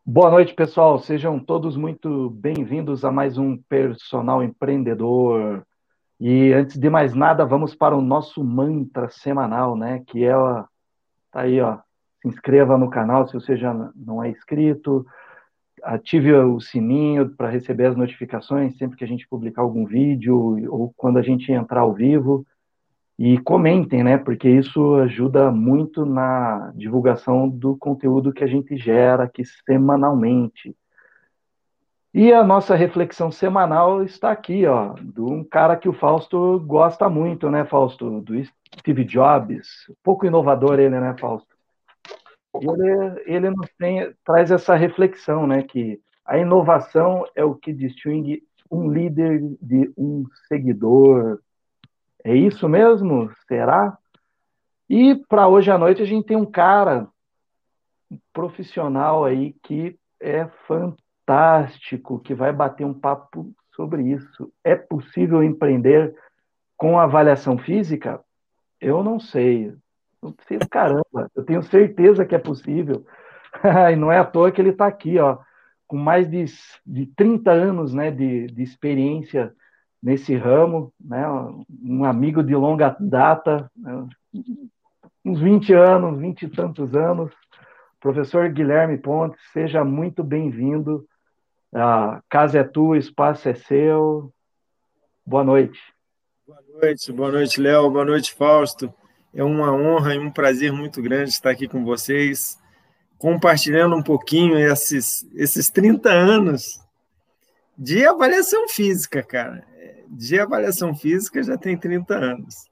Boa noite, pessoal. Sejam todos muito bem-vindos a mais um Personal Empreendedor. E antes de mais nada, vamos para o nosso mantra semanal, né? Que é, tá aí, ó. Se inscreva no canal se você já não é inscrito, ative o sininho para receber as notificações sempre que a gente publicar algum vídeo ou quando a gente entrar ao vivo. E comentem, né? Porque isso ajuda muito na divulgação do conteúdo que a gente gera aqui semanalmente. E a nossa reflexão semanal está aqui, ó, de um cara que o Fausto gosta muito, né, Fausto? Do Steve Jobs. Pouco inovador ele, né, Fausto? E ele traz essa reflexão, né, que a inovação é o que distingue um líder de um seguidor. É isso mesmo? Será? E para hoje à noite a gente tem um cara profissional aí que é fantástico, que vai bater um papo sobre isso. É possível empreender com avaliação física? Eu não sei. Não sei, caramba, eu tenho certeza que é possível. E não é à toa que ele está aqui, ó, com mais de 30 anos, né, de experiência nesse ramo, né, um amigo de longa data, né, uns 20 anos, 20 e tantos anos. Professor Guilherme Pontes, seja muito bem-vindo. A casa é tua, o espaço é seu. Boa noite. Boa noite, Léo, boa noite, Fausto. É uma honra e um prazer muito grande estar aqui com vocês, compartilhando um pouquinho esses 30 anos de avaliação física, cara. De avaliação física já tem 30 anos.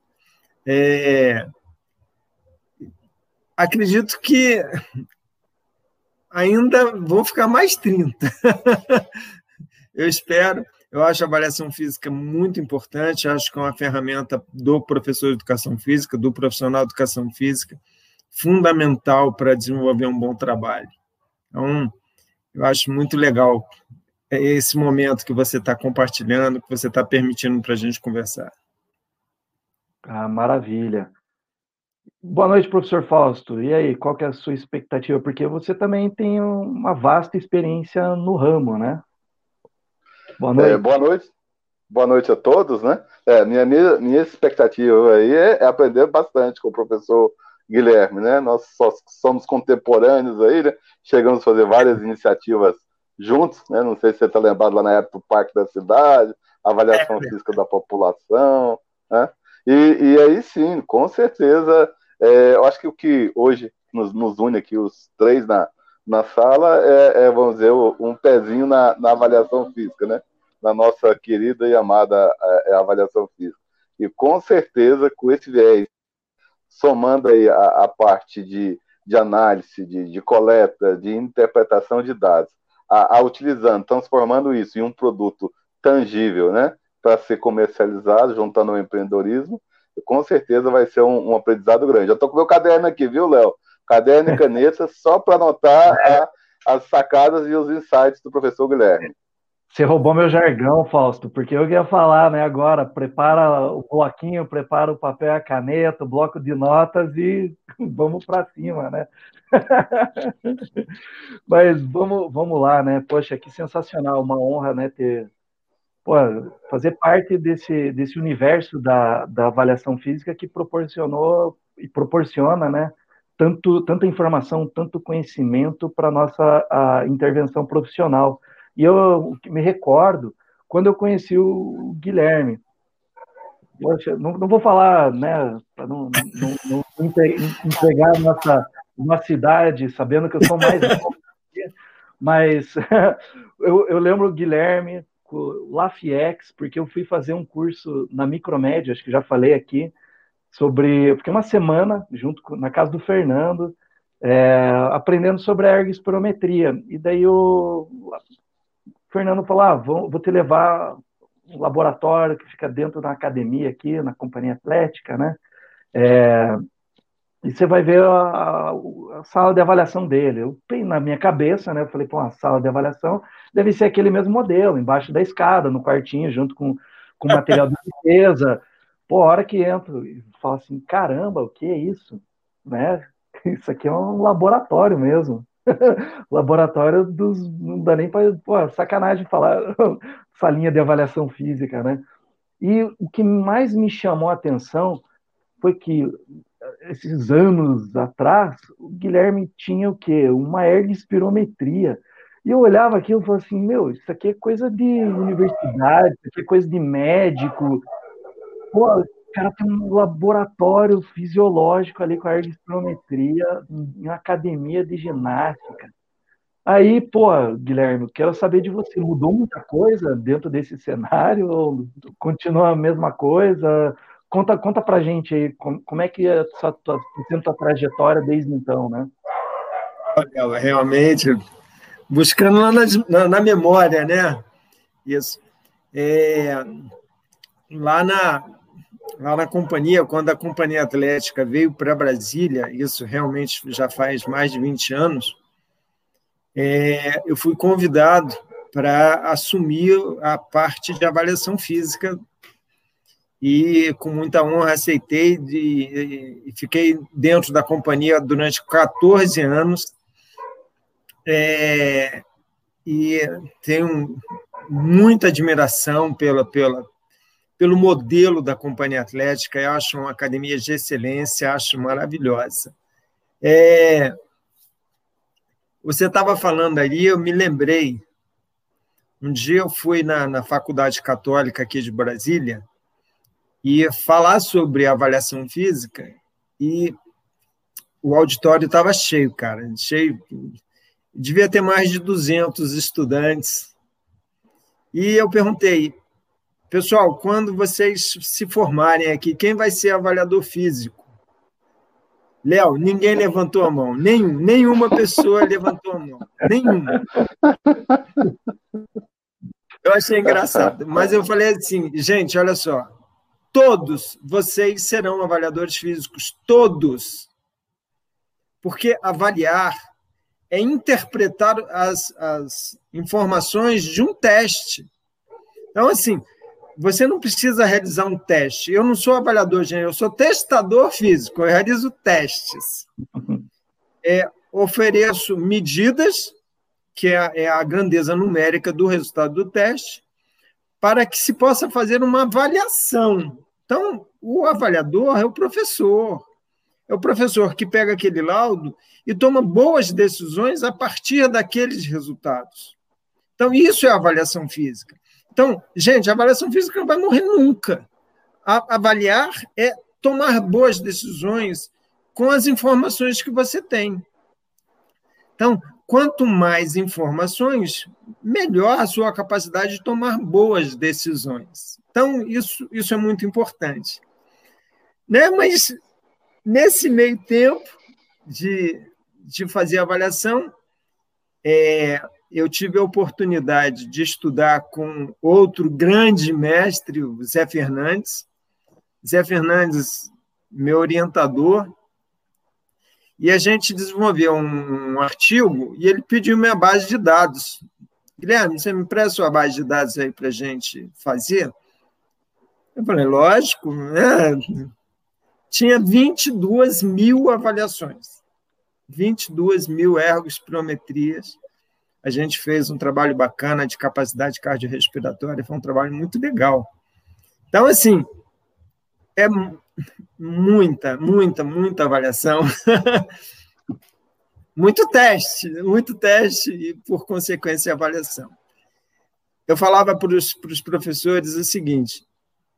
Acredito que ainda vou ficar mais 30. Eu espero. Eu acho a avaliação física muito importante, acho que é uma ferramenta do professor de educação física, do profissional de educação física, fundamental para desenvolver um bom trabalho. Então, eu acho muito legal esse momento que você está compartilhando, que você está permitindo para a gente conversar. Ah, maravilha. Boa noite, professor Fausto. E aí, qual que é a sua expectativa? Porque você também tem uma vasta experiência no ramo, né? Boa noite. Boa noite a todos, né? Minha expectativa aí é aprender bastante com o professor Guilherme, né? Nós só somos contemporâneos aí, né? Chegamos a fazer várias iniciativas juntos, né? Não sei se você está lembrado lá na época do Parque da Cidade, avaliação física da população, né? E aí sim, com certeza, eu acho que o que hoje nos une aqui, os três na sala, vamos dizer, um pezinho na avaliação física, né? Na nossa querida e amada avaliação física. E com certeza, com esse viés, somando aí a parte de análise, de coleta, de interpretação de dados, utilizando, transformando isso em um produto tangível, né, para ser comercializado, juntando ao empreendedorismo, com certeza vai ser um aprendizado grande. Eu estou com meu caderno aqui, viu, Léo? Caderno e caneta, só para anotar as sacadas e os insights do professor Guilherme. Você roubou meu jargão, Fausto, porque eu ia falar, né, agora, prepara o bloquinho, prepara o papel e a caneta, o bloco de notas e vamos para cima, né? Mas vamos lá, né? Poxa, que sensacional, uma honra, né, fazer parte desse universo da avaliação física que proporcionou e proporciona, né, tanta informação, tanto conhecimento para a nossa intervenção profissional. E eu me recordo quando eu conheci o Guilherme. Poxa, não vou falar, né, para não entregar a nossa idade, sabendo que eu sou mais novo, mas eu lembro o Guilherme, o LaFiex, porque eu fui fazer um curso na Micromédia, acho que já falei aqui, eu fiquei uma semana na casa do Fernando, aprendendo sobre a ergospirometria. E daí o Fernando falou, vou te levar um laboratório que fica dentro da academia aqui, na companhia atlética, né? E você vai ver a sala de avaliação dele. Eu na minha cabeça, né? Eu falei, a sala de avaliação deve ser aquele mesmo modelo, embaixo da escada, no quartinho, junto com material de limpeza. A hora que entro, eu falo assim, caramba, o que é isso? Né? Isso aqui é um laboratório mesmo. Laboratório não dá nem para, sacanagem falar essa linha de avaliação física, né? E o que mais me chamou a atenção foi que esses anos atrás, o Guilherme tinha o quê? Uma ergospirometria. E eu olhava aquilo e falava assim, meu, isso aqui é coisa de universidade, isso aqui é coisa de médico. Pô, o cara tem um laboratório fisiológico ali com a ergospirometria em uma academia de ginástica. Aí, pô, Guilherme, quero saber de você. Mudou muita coisa dentro desse cenário? Ou continua a mesma coisa? Conta pra gente aí, como é que é sendo tua trajetória desde então, né? Olha, realmente, buscando lá na memória, né? Isso. Lá na companhia, quando a Companhia Atlética veio para Brasília, isso realmente já faz mais de 20 anos, eu fui convidado para assumir a parte de avaliação física e, com muita honra, aceitei e fiquei dentro da companhia durante 14 anos e tenho muita admiração pelo modelo da Companhia Atlética. Eu acho uma academia de excelência, acho maravilhosa. Você estava falando ali, eu me lembrei. Um dia eu fui na Faculdade Católica aqui de Brasília e falar sobre avaliação física e o auditório estava cheio, cara, cheio. Devia ter mais de 200 estudantes. E eu perguntei, pessoal, quando vocês se formarem aqui, quem vai ser avaliador físico? Léo, ninguém levantou a mão. Nenhuma pessoa levantou a mão. Nenhuma. Eu achei engraçado. Mas eu falei assim, gente, olha só. Todos vocês serão avaliadores físicos. Todos. Porque avaliar é interpretar as informações de um teste. Então, assim, você não precisa realizar um teste. Eu não sou avaliador, gente, eu sou testador físico, eu realizo testes. Ofereço medidas, que é a grandeza numérica do resultado do teste, para que se possa fazer uma avaliação. Então, o avaliador é o professor. É o professor que pega aquele laudo e toma boas decisões a partir daqueles resultados. Então, isso é avaliação física. Então, gente, a avaliação física não vai morrer nunca. Avaliar é tomar boas decisões com as informações que você tem. Então, quanto mais informações, melhor a sua capacidade de tomar boas decisões. Então, isso é muito importante. Né? Mas, nesse meio tempo de fazer a avaliação, eu tive a oportunidade de estudar com outro grande mestre, o Zé Fernandes. Zé Fernandes, meu orientador, e a gente desenvolveu um artigo e ele pediu minha base de dados. Guilherme, você me empresta sua base de dados aí para a gente fazer? Eu falei, lógico, né? Tinha 22 mil avaliações, 22 mil ergospirometrias. A gente fez um trabalho bacana de capacidade cardiorrespiratória, foi um trabalho muito legal. Então, assim, é muita avaliação, muito teste e, por consequência, avaliação. Eu falava para os professores o seguinte,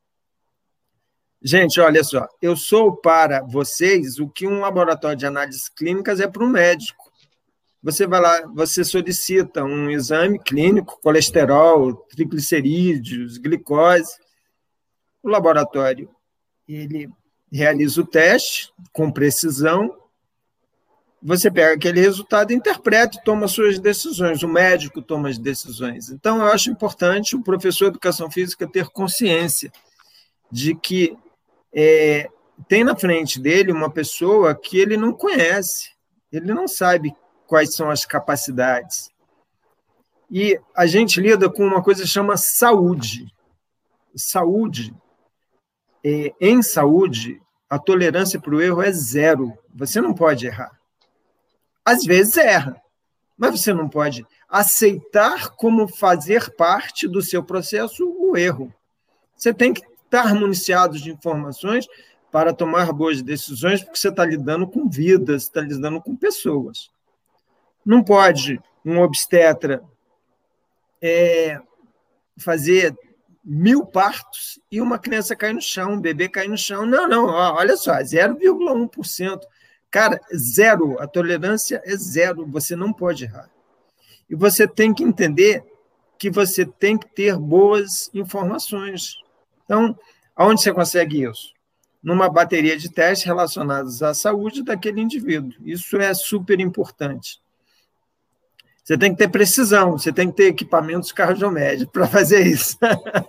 gente, olha só, eu sou para vocês o que um laboratório de análises clínicas é para um médico. Você vai lá, você solicita um exame clínico, colesterol, triglicerídeos, glicose. O laboratório, ele realiza o teste com precisão, você pega aquele resultado, interpreta e toma suas decisões, o médico toma as decisões. Então, eu acho importante o professor de educação física ter consciência de que tem na frente dele uma pessoa que ele não conhece, ele não sabe quais são as capacidades. E a gente lida com uma coisa que chama saúde. Saúde, em saúde, a tolerância para o erro é zero. Você não pode errar. Às vezes erra, mas você não pode aceitar como fazer parte do seu processo o erro. Você tem que estar municiado de informações para tomar boas decisões, porque você está lidando com vidas, está lidando com pessoas. Não pode um obstetra fazer 1000 partos e uma criança cair no chão, um bebê cair no chão. Não, olha só, 0,1%. Cara, zero, a tolerância é zero, você não pode errar. E você tem que entender que você tem que ter boas informações. Então, aonde você consegue isso? Numa bateria de testes relacionados à saúde daquele indivíduo. Isso é super importante. Você tem que ter precisão, você tem que ter equipamentos cardiomédicos para fazer isso.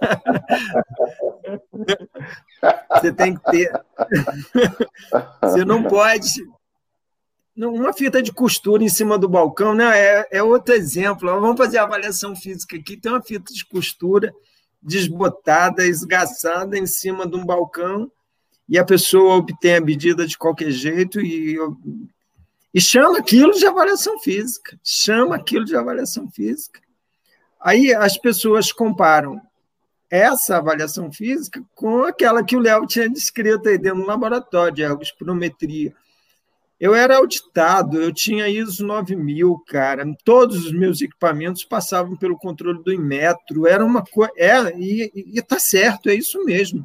Você tem que ter. Você não pode. Uma fita de costura em cima do balcão, né? É outro exemplo. Vamos fazer a avaliação física aqui. Tem uma fita de costura desbotada, esgaçada em cima de um balcão, e a pessoa obtém a medida de qualquer jeito e chama aquilo de avaliação física. Chama aquilo de avaliação física. Aí as pessoas comparam essa avaliação física com aquela que o Léo tinha descrito aí dentro do laboratório de ergospirometria. Eu era auditado, eu tinha ISO 9000, cara. Todos os meus equipamentos passavam pelo controle do Inmetro. Era uma coisa. E está certo, é isso mesmo.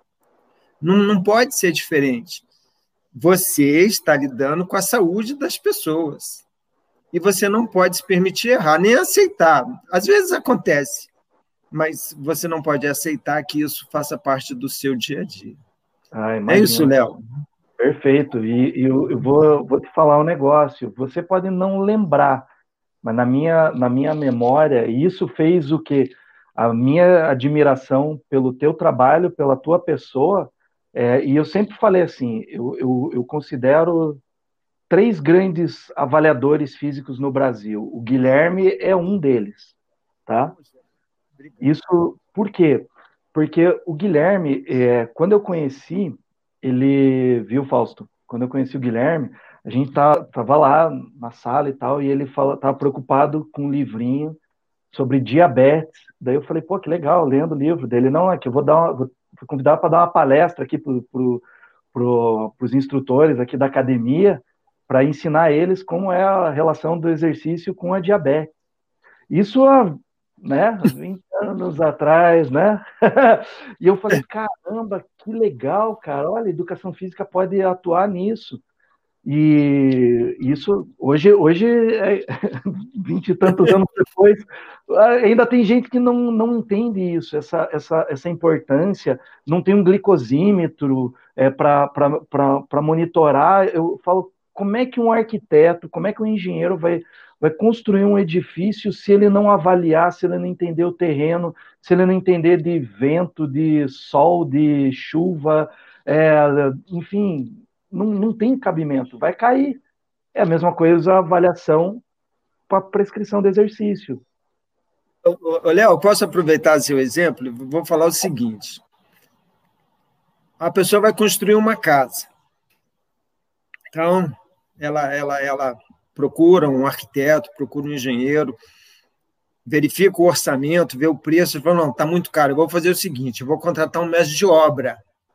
Não pode ser diferente. Você está lidando com a saúde das pessoas. E você não pode se permitir errar, nem aceitar. Às vezes acontece, mas você não pode aceitar que isso faça parte do seu dia a dia. É isso, Léo. Perfeito. E eu vou te falar um negócio. Você pode não lembrar, mas na minha memória, isso fez o quê? A minha admiração pelo teu trabalho, pela tua pessoa, e eu sempre falei assim, eu considero 3 grandes avaliadores físicos no Brasil. O Guilherme é um deles, tá? Isso por quê? Porque o Guilherme, quando eu conheci, ele viu, Fausto, quando eu conheci o Guilherme, a gente tava lá na sala e tal, e ele estava preocupado com um livrinho sobre diabetes. Daí eu falei, pô, que legal, lendo o livro dele. Não, é que eu vou convidar para dar uma palestra aqui para os instrutores aqui da academia, para ensinar eles como é a relação do exercício com a diabetes. Isso há 20 anos atrás, né? E eu falei, caramba, que legal, cara. Olha, a educação física pode atuar nisso. E isso, hoje 20 e tantos anos depois, ainda tem gente que não entende isso, essa importância, não tem um glicosímetro para monitorar. Eu falo, como é que um arquiteto, como é que um engenheiro vai construir um edifício se ele não avaliar, se ele não entender o terreno, se ele não entender de vento, de sol, de chuva, enfim, não tem cabimento, vai cair. É a mesma coisa a avaliação para prescrição de exercício. Léo, posso aproveitar seu exemplo? Vou falar o seguinte. A pessoa vai construir uma casa. Então, ela procura um arquiteto, procura um engenheiro, verifica o orçamento, vê o preço, e fala, não, está muito caro, eu vou fazer o seguinte, eu vou contratar um mestre de obra.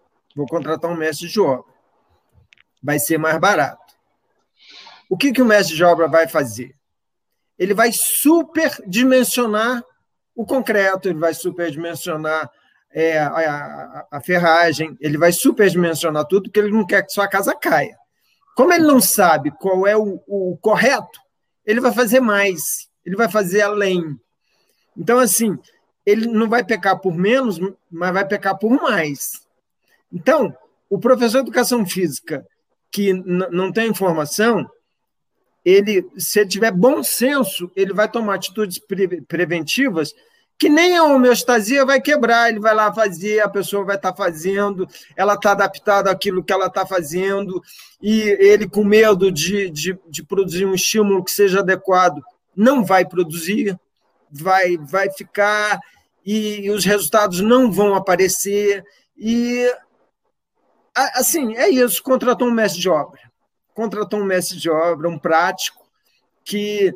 Vai ser mais barato. O que o mestre de obra vai fazer? Ele vai superdimensionar o concreto, ele vai superdimensionar a ferragem, ele vai superdimensionar tudo, porque ele não quer que sua casa caia. Como ele não sabe qual é o correto, ele vai fazer mais, ele vai fazer além. Então, assim, ele não vai pecar por menos, mas vai pecar por mais. Então, o professor de educação física que não tem informação, se ele tiver bom senso, ele vai tomar atitudes preventivas que nem a homeostasia vai quebrar, ele vai lá fazer, a pessoa vai estar fazendo, ela está adaptada àquilo que ela está fazendo, e ele, com medo de produzir um estímulo que seja adequado, não vai produzir, vai ficar, e os resultados não vão aparecer, e assim, é isso, contratou um mestre de obra, um prático, que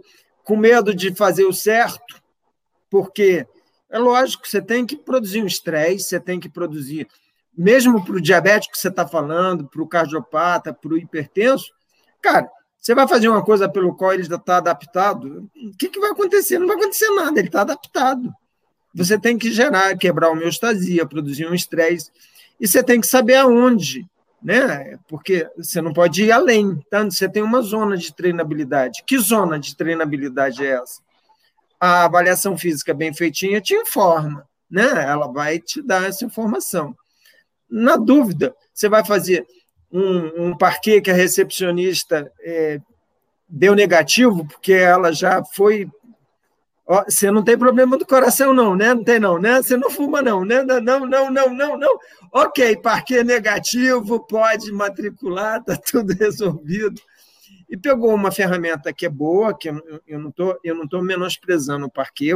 com medo de fazer o certo, porque é lógico que você tem que produzir um estresse, você tem que produzir, mesmo para o diabético que você está falando, para o cardiopata, para o hipertenso, cara, você vai fazer uma coisa pelo qual ele já está adaptado, o que vai acontecer? Não vai acontecer nada, ele está adaptado. Você tem que quebrar a homeostasia, produzir um estresse, e você tem que saber aonde, né? Porque você não pode ir além. Tá? Você tem uma zona de treinabilidade. Que zona de treinabilidade é essa? A avaliação física bem feitinha te informa, né? Ela vai te dar essa informação. Na dúvida, você vai fazer um parquet que a recepcionista deu negativo, porque ela já foi... Ó, você não tem problema do coração, não, né? Não tem, não, né? Você não fuma, não, né? Não. Ok, parquet negativo, pode matricular, está tudo resolvido. E pegou uma ferramenta que é boa, que eu não estou menosprezando o parquet,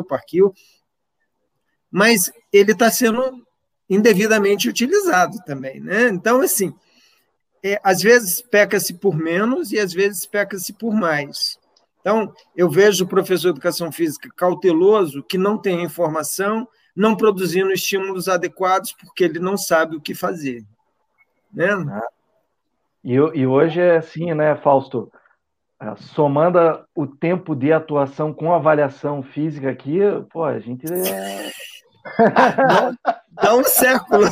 mas ele está sendo indevidamente utilizado também, né? Então, assim, às vezes peca-se por menos e às vezes peca-se por mais. Então, eu vejo o professor de educação física cauteloso, que não tem informação, não produzindo estímulos adequados, porque ele não sabe o que fazer. Né? E hoje é assim, né, Fausto? Somando o tempo de atuação com avaliação física aqui, pô, a gente dá um século.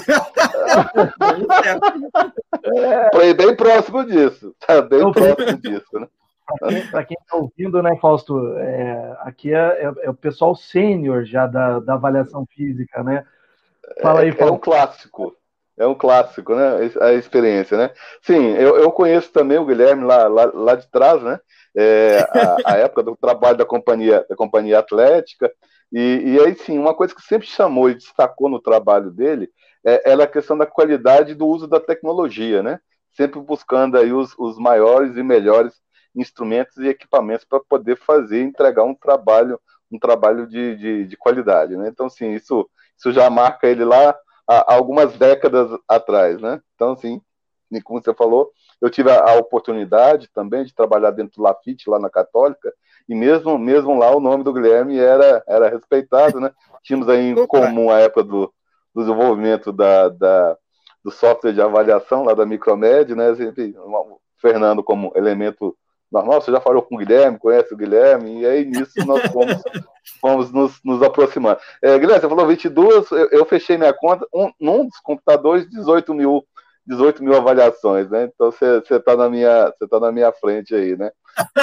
Foi bem próximo disso. Tá bem próximo disso, né? Para quem está ouvindo, né, Fausto, aqui é o pessoal sênior já da avaliação física, né? Fala aí, Fausto. É um clássico, né? A experiência, né? Sim, eu conheço também o Guilherme lá de trás, né? A época do trabalho da companhia atlética, e aí sim, uma coisa que sempre chamou e destacou no trabalho dele era a questão da qualidade do uso da tecnologia, né? Sempre buscando aí os maiores e melhores instrumentos e equipamentos para poder entregar um trabalho de qualidade, né? Então, sim, isso já marca ele lá há algumas décadas atrás, né? Então, sim, como você falou, eu tive a oportunidade também de trabalhar dentro do Lafite, lá na Católica, e mesmo lá o nome do Guilherme era respeitado, né? Tínhamos aí em comum a época do desenvolvimento do software de avaliação lá da Micromed, né? O Fernando como elemento normal, você já falou com o Guilherme, conhece o Guilherme, e aí nisso nós fomos nos aproximando. Guilherme, você falou 22, eu fechei minha conta, num dos computadores, 18 mil avaliações, né? Então você está na minha frente aí, né?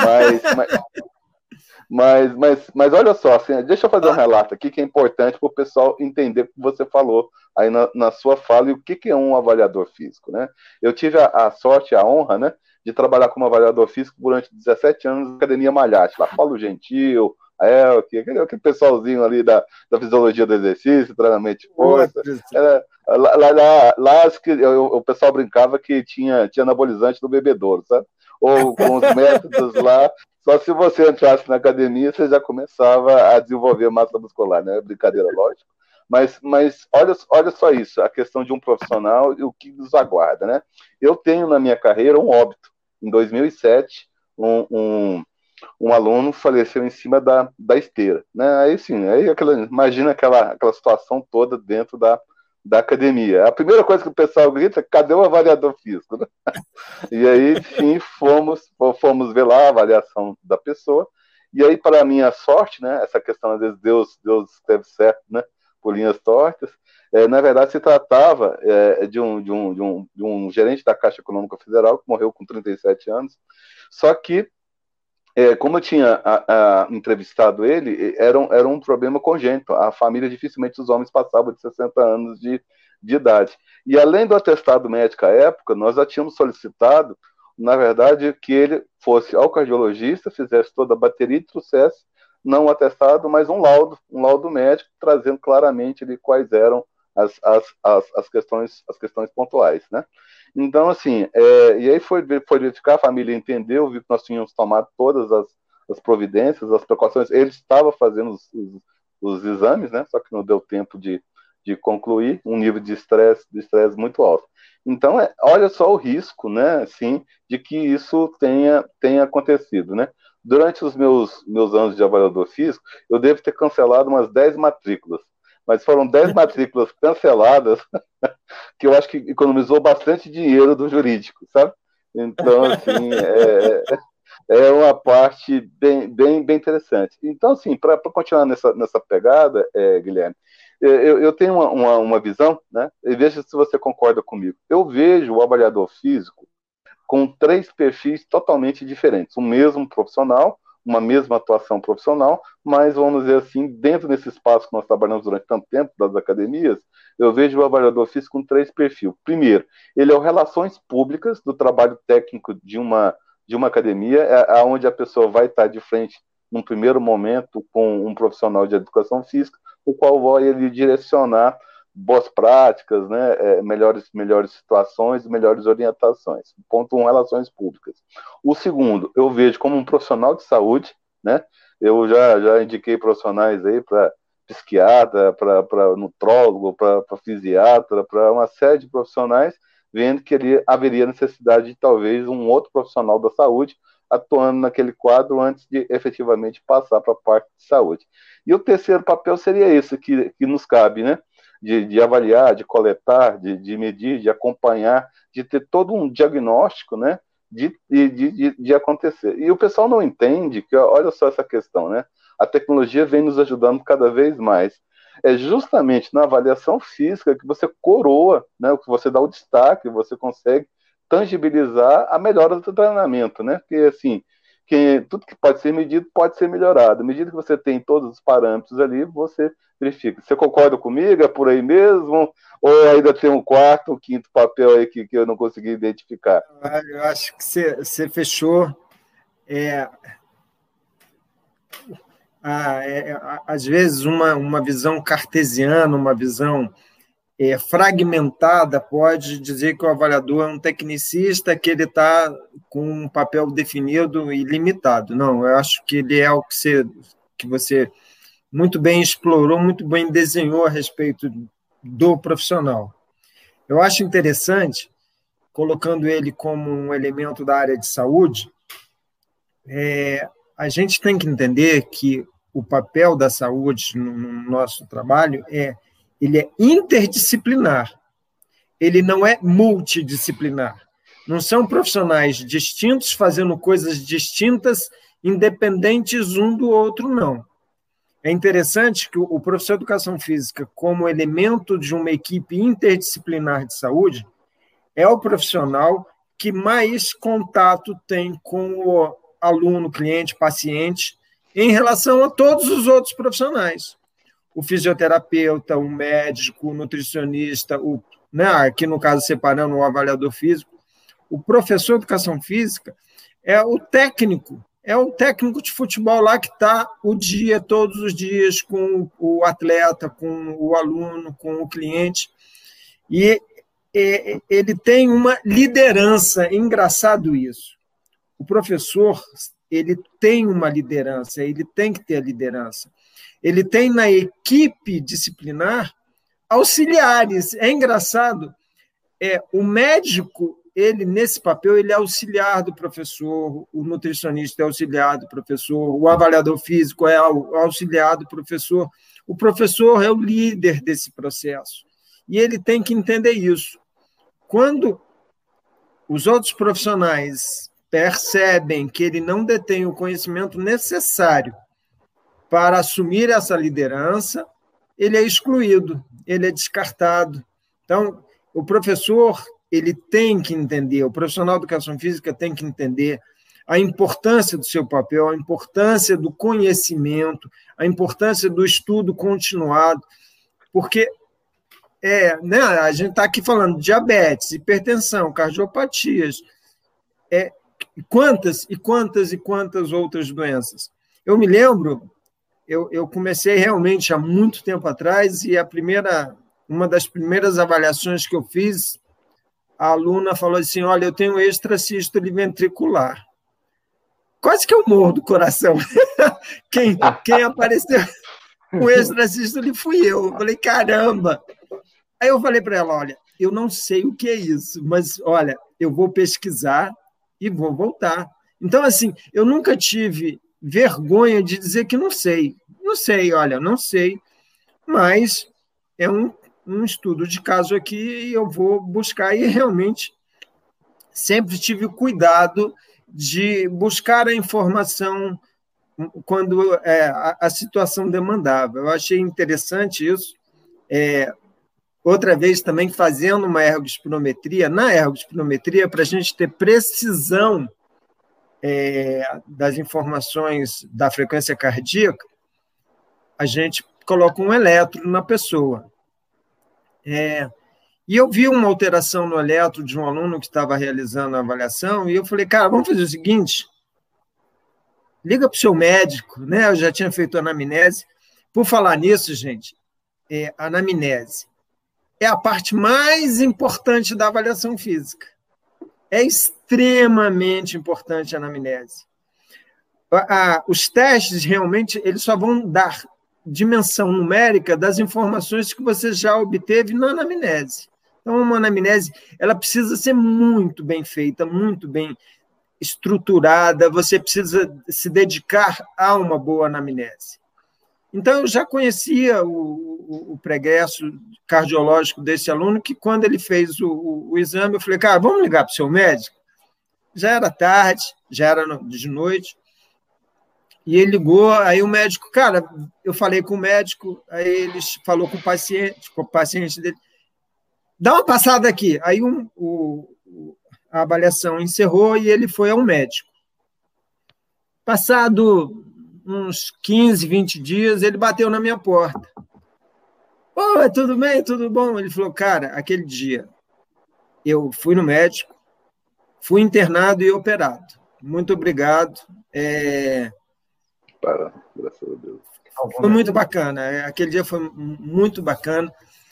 Mas olha só, assim, deixa eu fazer um relato aqui que é importante para o pessoal entender o que você falou aí na sua fala e o que é um avaliador físico, né? Eu tive a sorte, a honra, né, de trabalhar como avaliador físico durante 17 anos na Academia Malhate, lá, Paulo Gentil, aquele pessoalzinho ali da fisiologia do exercício, treinamento de força. Lá o pessoal brincava que tinha anabolizante no bebedouro, sabe? Ou com os métodos lá, só se você entrasse na academia, você já começava a desenvolver massa muscular, né? Brincadeira, lógico. Mas olha só isso, a questão de um profissional e o que nos aguarda, né? Eu tenho na minha carreira um óbito. Em 2007, um aluno faleceu em cima da esteira, né? Aí sim, imagina aquela situação toda dentro da academia. A primeira coisa que o pessoal grita é: cadê o avaliador físico? Né? E aí, enfim, fomos ver lá a avaliação da pessoa. E aí, para a minha sorte, né? Essa questão, às vezes, Deus esteve certo, né? Por linhas tortas. Na verdade, se tratava de um gerente da Caixa Econômica Federal que morreu com 37 anos. Só que, como eu tinha entrevistado ele, era um problema congênito. A família, dificilmente os homens passavam de 60 anos de idade. E além do atestado médico à época, nós já tínhamos solicitado, na verdade, que ele fosse ao cardiologista, fizesse toda a bateria e trouxesse, não um atestado, mas um laudo médico, trazendo claramente ali quais eram as questões pontuais, né? Então, assim, e aí foi verificar, a família entendeu, viu que nós tínhamos tomado todas as providências, as precauções. Ele estava fazendo os exames, né? Só que não deu tempo de concluir, um nível de estresse muito alto. Então, olha só o risco, né? Assim, de que isso tenha acontecido, né? durante os meus anos de avaliador físico, eu devo ter cancelado umas 10 matrículas. Mas foram 10 matrículas canceladas que eu acho que economizou bastante dinheiro do jurídico, sabe? Então, assim, é uma parte bem interessante. Então, assim, para continuar nessa pegada, Guilherme, eu tenho uma visão, né? E veja se você concorda comigo. Eu vejo o avaliador físico com 3 perfis totalmente diferentes. O mesmo profissional, uma mesma atuação profissional, mas, vamos dizer assim, dentro desse espaço que nós trabalhamos durante tanto tempo, das academias, eu vejo o avaliador físico com 3 perfis. Primeiro, ele é o relações públicas do trabalho técnico de uma academia, onde a pessoa vai estar de frente, num primeiro momento, com um profissional de educação física, o qual vai ele direcionar boas práticas, né, melhores situações, melhores orientações. Ponto 1, relações públicas. O segundo, eu vejo como um profissional de saúde, né, eu já indiquei profissionais aí para psiquiatra, para nutrólogo, para fisiatra, para uma série de profissionais, vendo que ali haveria necessidade de talvez um outro profissional da saúde atuando naquele quadro antes de efetivamente passar para a parte de saúde. E o terceiro papel seria esse que nos cabe, né? De avaliar, de coletar, de medir, de acompanhar, de ter todo um diagnóstico, né? De acontecer. E o pessoal não entende que, olha só essa questão, né? A tecnologia vem nos ajudando cada vez mais. É justamente na avaliação física que você coroa, né? Que você dá o destaque, você consegue tangibilizar a melhora do treinamento, né? Porque, assim, tudo que pode ser medido pode ser melhorado. À medida que você tem todos os parâmetros ali, você verifica. Você concorda comigo? É por aí mesmo? Ou ainda tem um quarto, um quinto papel aí que eu não consegui identificar? Eu acho que você fechou. Às vezes, uma visão cartesiana, uma visão fragmentada pode dizer que o avaliador é um tecnicista, que ele está com um papel definido e limitado. Não, eu acho que ele é o que você muito bem explorou, muito bem desenhou a respeito do profissional. Eu acho interessante, colocando ele como um elemento da área de saúde, a gente tem que entender que o papel da saúde no nosso trabalho ele é interdisciplinar, ele não é multidisciplinar. Não são profissionais distintos fazendo coisas distintas, independentes um do outro, não. É interessante que o professor de educação física, como elemento de uma equipe interdisciplinar de saúde, é o profissional que mais contato tem com o aluno, cliente, paciente, em relação a todos os outros profissionais. O fisioterapeuta, o médico, o nutricionista, aqui no caso separando o avaliador físico, o professor de educação física é o técnico de futebol lá que está todos os dias com o atleta, com o aluno, com o cliente, e ele tem uma liderança. É engraçado isso. O professor, ele tem uma liderança, ele tem que ter a liderança. Ele tem na equipe disciplinar auxiliares. É engraçado, o médico, ele nesse papel, ele é auxiliar do professor, o nutricionista é auxiliar do professor, o avaliador físico é auxiliar do professor. O professor é o líder desse processo. E ele tem que entender isso. Quando os outros profissionais percebem que ele não detém o conhecimento necessário para assumir essa liderança, ele é excluído, ele é descartado. Então, o professor, ele tem que entender, o profissional de educação física tem que entender a importância do seu papel, a importância do conhecimento, a importância do estudo continuado, porque a gente está aqui falando de diabetes, hipertensão, cardiopatias, quantas outras doenças. Eu me lembro, eu comecei realmente há muito tempo atrás, e uma das primeiras avaliações que eu fiz, a aluna falou assim: olha, eu tenho extrasístole ventricular. Quase que eu morro do coração. Quem apareceu com extrasístole fui eu. Eu falei, caramba! Aí eu falei para ela, olha, eu não sei o que é isso, mas, olha, eu vou pesquisar e vou voltar. Então, assim, eu nunca tive vergonha de dizer que não sei. Não sei, olha, não sei, mas é um estudo de caso aqui e eu vou buscar, e realmente sempre tive o cuidado de buscar a informação quando a situação demandava. Eu achei interessante isso. Outra vez também fazendo uma ergospirometria, na ergospirometria, para a gente ter precisão das informações da frequência cardíaca, a gente coloca um eletro na pessoa. E eu vi uma alteração no eletro de um aluno que estava realizando a avaliação, e eu falei, cara, vamos fazer o seguinte, liga para o seu médico, né? Eu já tinha feito anamnese. Por falar nisso, gente, a anamnese é a parte mais importante da avaliação física. É extremamente importante a anamnese. Os testes, realmente, eles só vão dar dimensão numérica das informações que você já obteve na anamnese. Então, uma anamnese ela precisa ser muito bem feita, muito bem estruturada, você precisa se dedicar a uma boa anamnese. Então, eu já conhecia o pregresso cardiológico desse aluno, que quando ele fez o exame, eu falei, cara, vamos ligar para o seu médico? Já era tarde, já era de noite, e ele ligou, aí o médico, cara, eu falei com o médico, aí ele falou com o paciente dele, dá uma passada aqui. Aí a avaliação encerrou e ele foi ao médico. Passado uns 15, 20 dias, ele bateu na minha porta. Oi, tudo bem? Tudo bom? Ele falou, cara, aquele dia eu fui no médico, fui internado e operado. Muito obrigado. Graças a Deus. Foi muito bacana. Aquele dia foi muito bacana.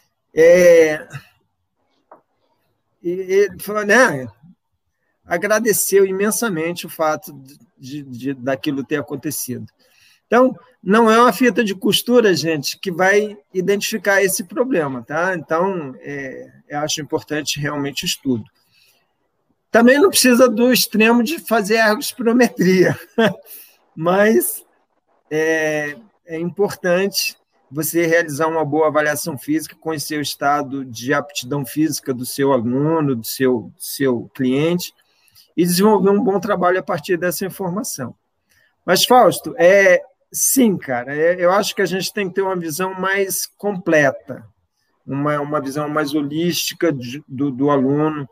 E ele falou, né? Agradeceu imensamente o fato daquilo ter acontecido. Então, não é uma fita de costura, gente, que vai identificar esse problema, tá? Então, eu acho importante realmente o estudo. Também não precisa do extremo de fazer ergospirometria, mas é importante você realizar uma boa avaliação física, conhecer o estado de aptidão física do seu aluno, do seu cliente, e desenvolver um bom trabalho a partir dessa informação. Mas, Fausto, sim, cara, eu acho que a gente tem que ter uma visão mais completa, uma visão mais holística do aluno.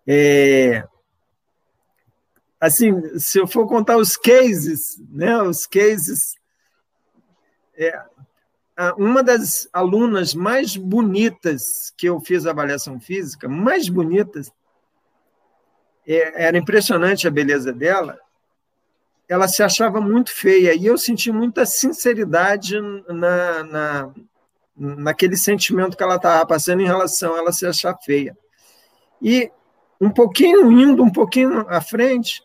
Assim, se eu for contar os cases, né, uma das alunas mais bonitas que eu fiz a avaliação física, mais bonitas, era impressionante a beleza dela, ela se achava muito feia, e eu senti muita sinceridade naquele sentimento que ela estava passando em relação a ela se achar feia. E indo um pouquinho à frente,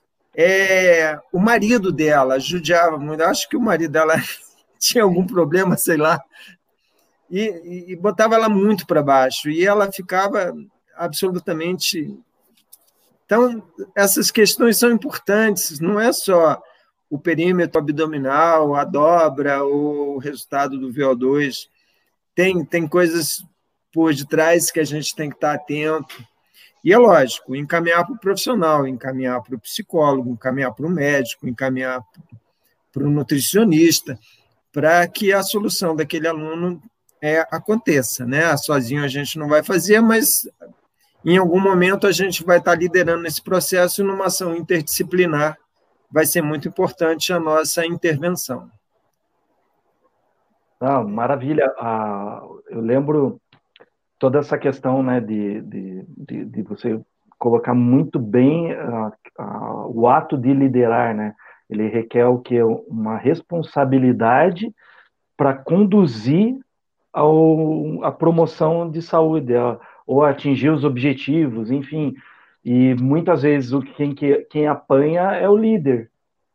o marido dela judiava muito, acho que o marido dela tinha algum problema, sei lá, e botava ela muito para baixo, e ela ficava absolutamente... Então, essas questões são importantes, não é só o perímetro abdominal, a dobra, o resultado do VO2, tem coisas por detrás que a gente tem que estar atento, e é lógico, encaminhar para o profissional, encaminhar para o psicólogo, encaminhar para o médico, encaminhar para o nutricionista, para que a solução daquele aluno aconteça, né? Sozinho a gente não vai fazer, mas em algum momento a gente vai estar liderando esse processo, e numa ação interdisciplinar vai ser muito importante a nossa intervenção. Maravilha. Eu lembro toda essa questão, né, de você colocar muito bem o ato de liderar, né? Ele requer o quê? Uma responsabilidade para conduzir a promoção de saúde, ou atingir os objetivos, enfim. E muitas vezes quem apanha é o líder,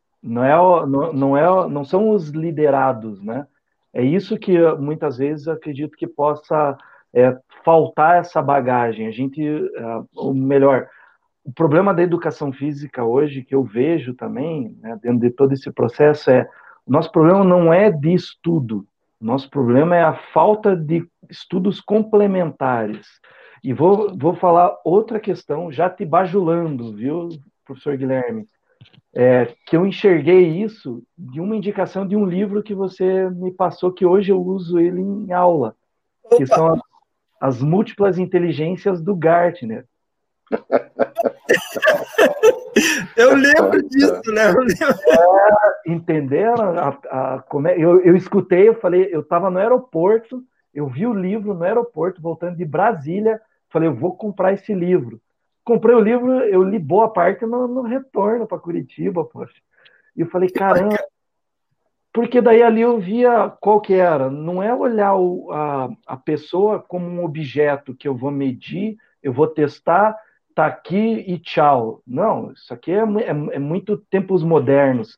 não são os liderados, né? É isso que muitas vezes eu acredito que possa faltar essa bagagem. Ou melhor, o problema da educação física hoje, que eu vejo também, né, dentro de todo esse processo, o nosso problema não é de estudo, o nosso problema é a falta de estudos complementares. E vou falar outra questão, já te bajulando, viu, professor Guilherme? Que eu enxerguei isso de uma indicação de um livro que você me passou, que hoje eu uso ele em aula, que são as múltiplas inteligências do Gartner. Eu lembro disso, né? Entenderam? Eu escutei, eu falei, eu estava no aeroporto, eu vi o livro no aeroporto, voltando de Brasília, falei, eu vou comprar esse livro. Comprei o livro, eu li boa parte no retorno para Curitiba, poxa. E eu falei, caramba, porque daí ali eu via qual que era. Não é olhar a pessoa como um objeto que eu vou medir, eu vou testar, tá aqui e tchau. Não, isso aqui é muito tempos modernos.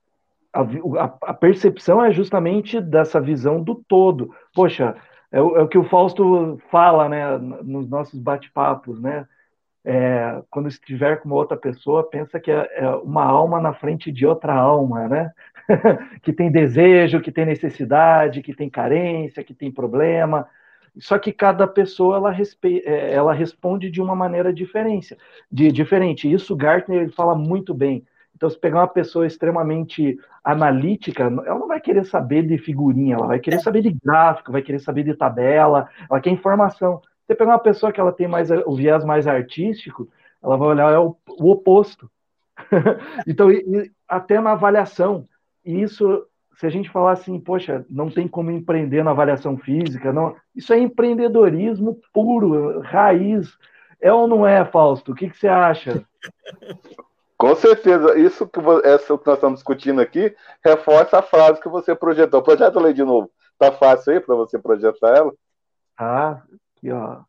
A percepção é justamente dessa visão do todo. Poxa, é o que o Fausto fala, né, nos nossos bate-papos, né? Quando estiver com uma outra pessoa, pensa que é uma alma na frente de outra alma, né? Que tem desejo, que tem necessidade, que tem carência, que tem problema. Só que cada pessoa ela responde de uma maneira diferente. Isso o Gartner ele fala muito bem. Então, se pegar uma pessoa extremamente analítica, ela não vai querer saber de figurinha, ela vai querer saber de gráfico, vai querer saber de tabela, ela quer informação. Você pegar uma pessoa que ela tem mais o viés mais artístico, ela vai olhar o oposto. Então, até na avaliação, isso, se a gente falar assim, poxa, não tem como empreender na avaliação física, não, isso é empreendedorismo puro, raiz. É ou não é, Fausto? O que você acha? Com certeza, isso que nós estamos discutindo aqui reforça a frase que você projetou. Projeta ela aí de novo. Tá fácil aí para você projetar ela? Ah, aqui, ó.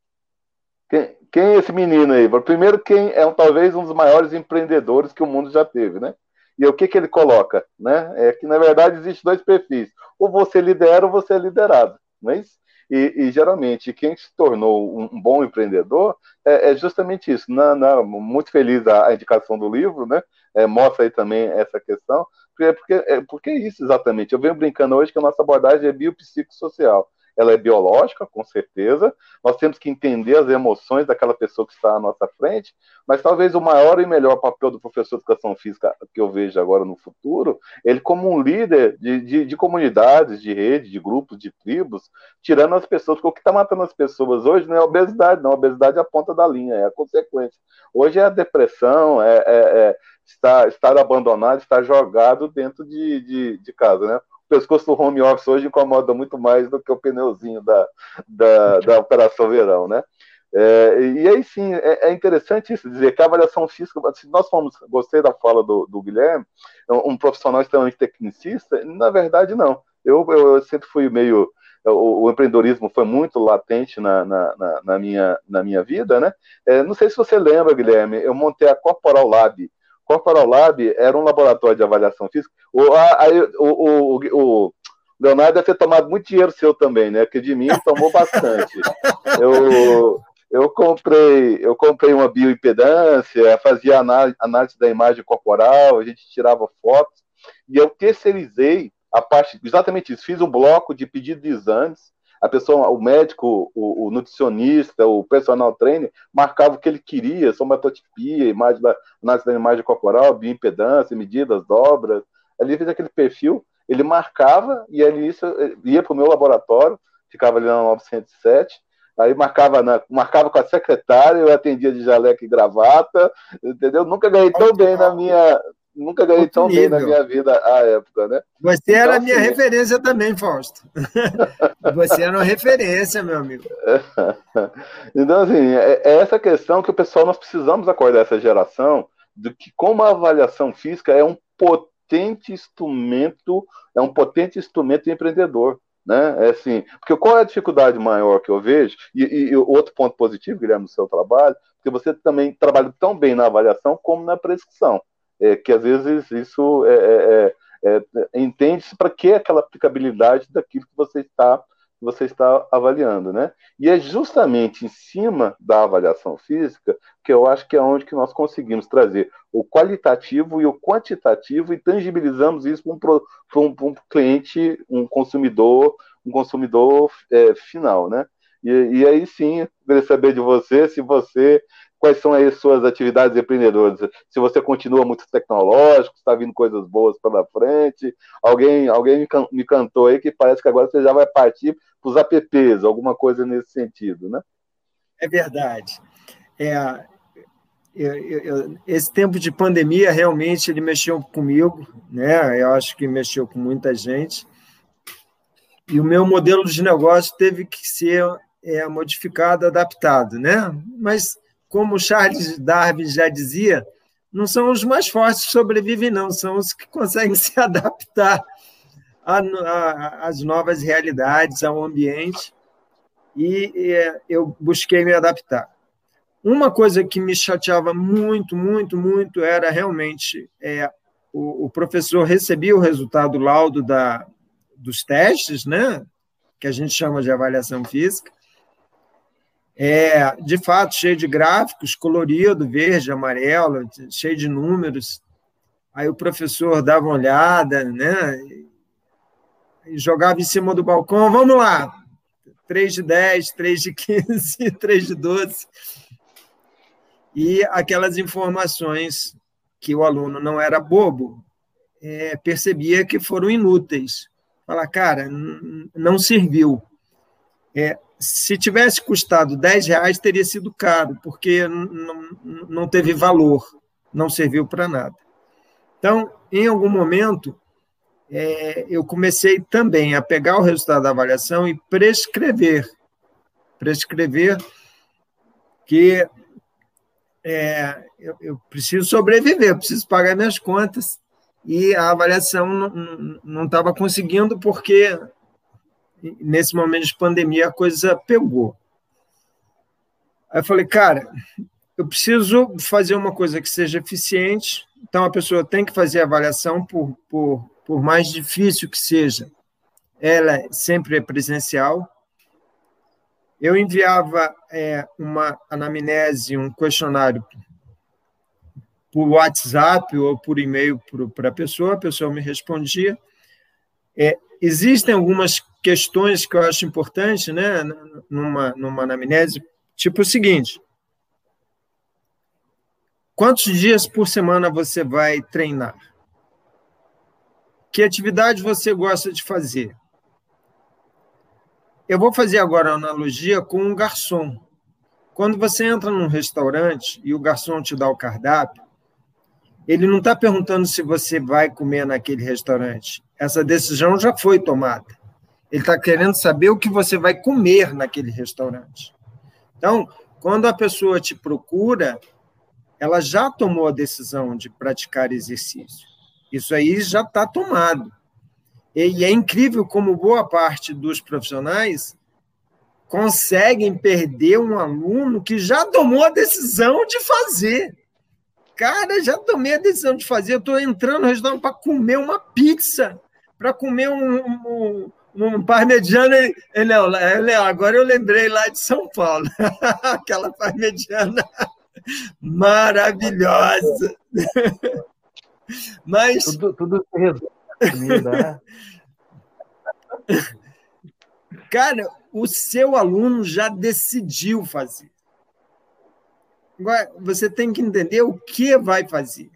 Quem é esse menino aí? Primeiro, quem é talvez um dos maiores empreendedores que o mundo já teve, né? E o que ele coloca, né? É que, na verdade, existem dois perfis. Ou você lidera ou você é liderado, não é isso? E geralmente, quem se tornou um bom empreendedor é justamente isso. Muito feliz a indicação do livro, né? Mostra aí também essa questão. Porque é isso exatamente. Eu venho brincando hoje que a nossa abordagem é biopsicossocial. Ela é biológica, com certeza. Nós temos que entender as emoções daquela pessoa que está à nossa frente, mas talvez o maior e melhor papel do professor de educação física que eu vejo agora no futuro, ele como um líder de comunidades, de redes, de grupos, de tribos, tirando as pessoas, porque o que está matando as pessoas hoje não é a obesidade, não. A obesidade é a ponta da linha, é a consequência. Hoje é a depressão, estar abandonado, estar jogado dentro de casa, né? O pescoço do home office hoje incomoda muito mais do que o pneuzinho da Operação Verão, né? E aí sim, é interessante isso, dizer que a avaliação física, se nós gostei da fala do Guilherme, um profissional extremamente tecnicista, na verdade não. Eu sempre fui meio... O empreendedorismo foi muito latente na minha vida, né? Não sei se você lembra, Guilherme, eu montei a Corporal Lab. Corporal Lab era um laboratório de avaliação física. O Leonardo deve ter tomado muito dinheiro seu também, né? Porque de mim tomou bastante. Eu comprei uma bioimpedância, fazia análise da imagem corporal, a gente tirava fotos, e eu terceirizei a parte, exatamente isso, fiz um bloco de pedido de exames, a pessoa, o médico, o nutricionista, o personal trainer, marcava o que ele queria, somatotipia, análise da imagem corporal, bioimpedância, medidas, dobras, ali fez aquele perfil, ele marcava, e ali isso ia para o meu laboratório, ficava ali na 907, aí marcava com a secretária, eu atendia de jaleco e gravata, entendeu? Nunca ganhei tão bem na minha vida à época, né? Você então, era a minha referência também, Fausto. Você era uma referência, meu amigo. Então, assim, é essa questão que o pessoal, nós precisamos acordar essa geração de que como a avaliação física é um potente instrumento empreendedor. Né? Assim, porque qual é a dificuldade maior que eu vejo? E outro ponto positivo, Guilherme, no seu trabalho, porque você também trabalha tão bem na avaliação como na prescrição. Que às vezes isso entende-se para que aquela aplicabilidade daquilo que você está você está avaliando, né? E é justamente em cima da avaliação física que eu acho que é onde que nós conseguimos trazer o qualitativo e o quantitativo e tangibilizamos isso para um cliente, um consumidor final, né? E aí sim, eu queria saber de você, quais são aí as suas atividades empreendedoras? Se você continua muito tecnológico, está vindo coisas boas pela frente, alguém me cantou aí que parece que agora você já vai partir para os apps, alguma coisa nesse sentido, né? É verdade. Esse tempo de pandemia realmente ele mexeu comigo, né? Eu acho que mexeu com muita gente. E o meu modelo de negócio teve que ser modificado, adaptado, né? Mas, como Charles Darwin já dizia, não são os mais fortes que sobrevivem, não, são os que conseguem se adaptar às novas realidades, ao ambiente, e eu busquei me adaptar. Uma coisa que me chateava muito, muito, muito era realmente o professor recebia o resultado, o laudo dos testes, né, que a gente chama de avaliação física, de fato, cheio de gráficos, colorido, verde, amarelo, cheio de números. Aí o professor dava uma olhada, né, e jogava em cima do balcão, vamos lá, 3 de 10, 3 de 15, 3 de 12. E aquelas informações que o aluno não era bobo, percebia que foram inúteis. Falar, cara, não serviu. Se tivesse custado R$10, teria sido caro, porque não teve valor, não serviu para nada. Então, em algum momento, eu comecei também a pegar o resultado da avaliação e prescrever que eu preciso sobreviver, eu preciso pagar minhas contas, e a avaliação não estava conseguindo, porque nesse momento de pandemia a coisa pegou. Aí eu falei, cara, eu preciso fazer uma coisa que seja eficiente, então a pessoa tem que fazer a avaliação, por mais difícil que seja, ela sempre é presencial. Eu enviava uma anamnese, um questionário por WhatsApp ou por e-mail para a pessoa me respondia. Existem algumas questões que eu acho importantes, né, numa anamnese, tipo o seguinte: quantos dias por semana você vai treinar? Que atividade você gosta de fazer? Eu vou fazer agora uma analogia com um garçom. Quando você entra num restaurante e o garçom te dá o cardápio, ele não está perguntando se você vai comer naquele restaurante. Essa decisão já foi tomada. Ele está querendo saber o que você vai comer naquele restaurante. Então, quando a pessoa te procura, ela já tomou a decisão de praticar exercício. Isso aí já está tomado. E é incrível como boa parte dos profissionais conseguem perder um aluno que já tomou a decisão de fazer. Cara, já tomei a decisão de fazer, eu estou entrando no restaurante para comer uma pizza, para comer um parmegiano. Léo, agora eu lembrei lá de São Paulo, aquela parmegiana maravilhosa. Mas tudo se resolve na comida, né? Cara, o seu aluno já decidiu fazer. Agora, você tem que entender o que vai fazer.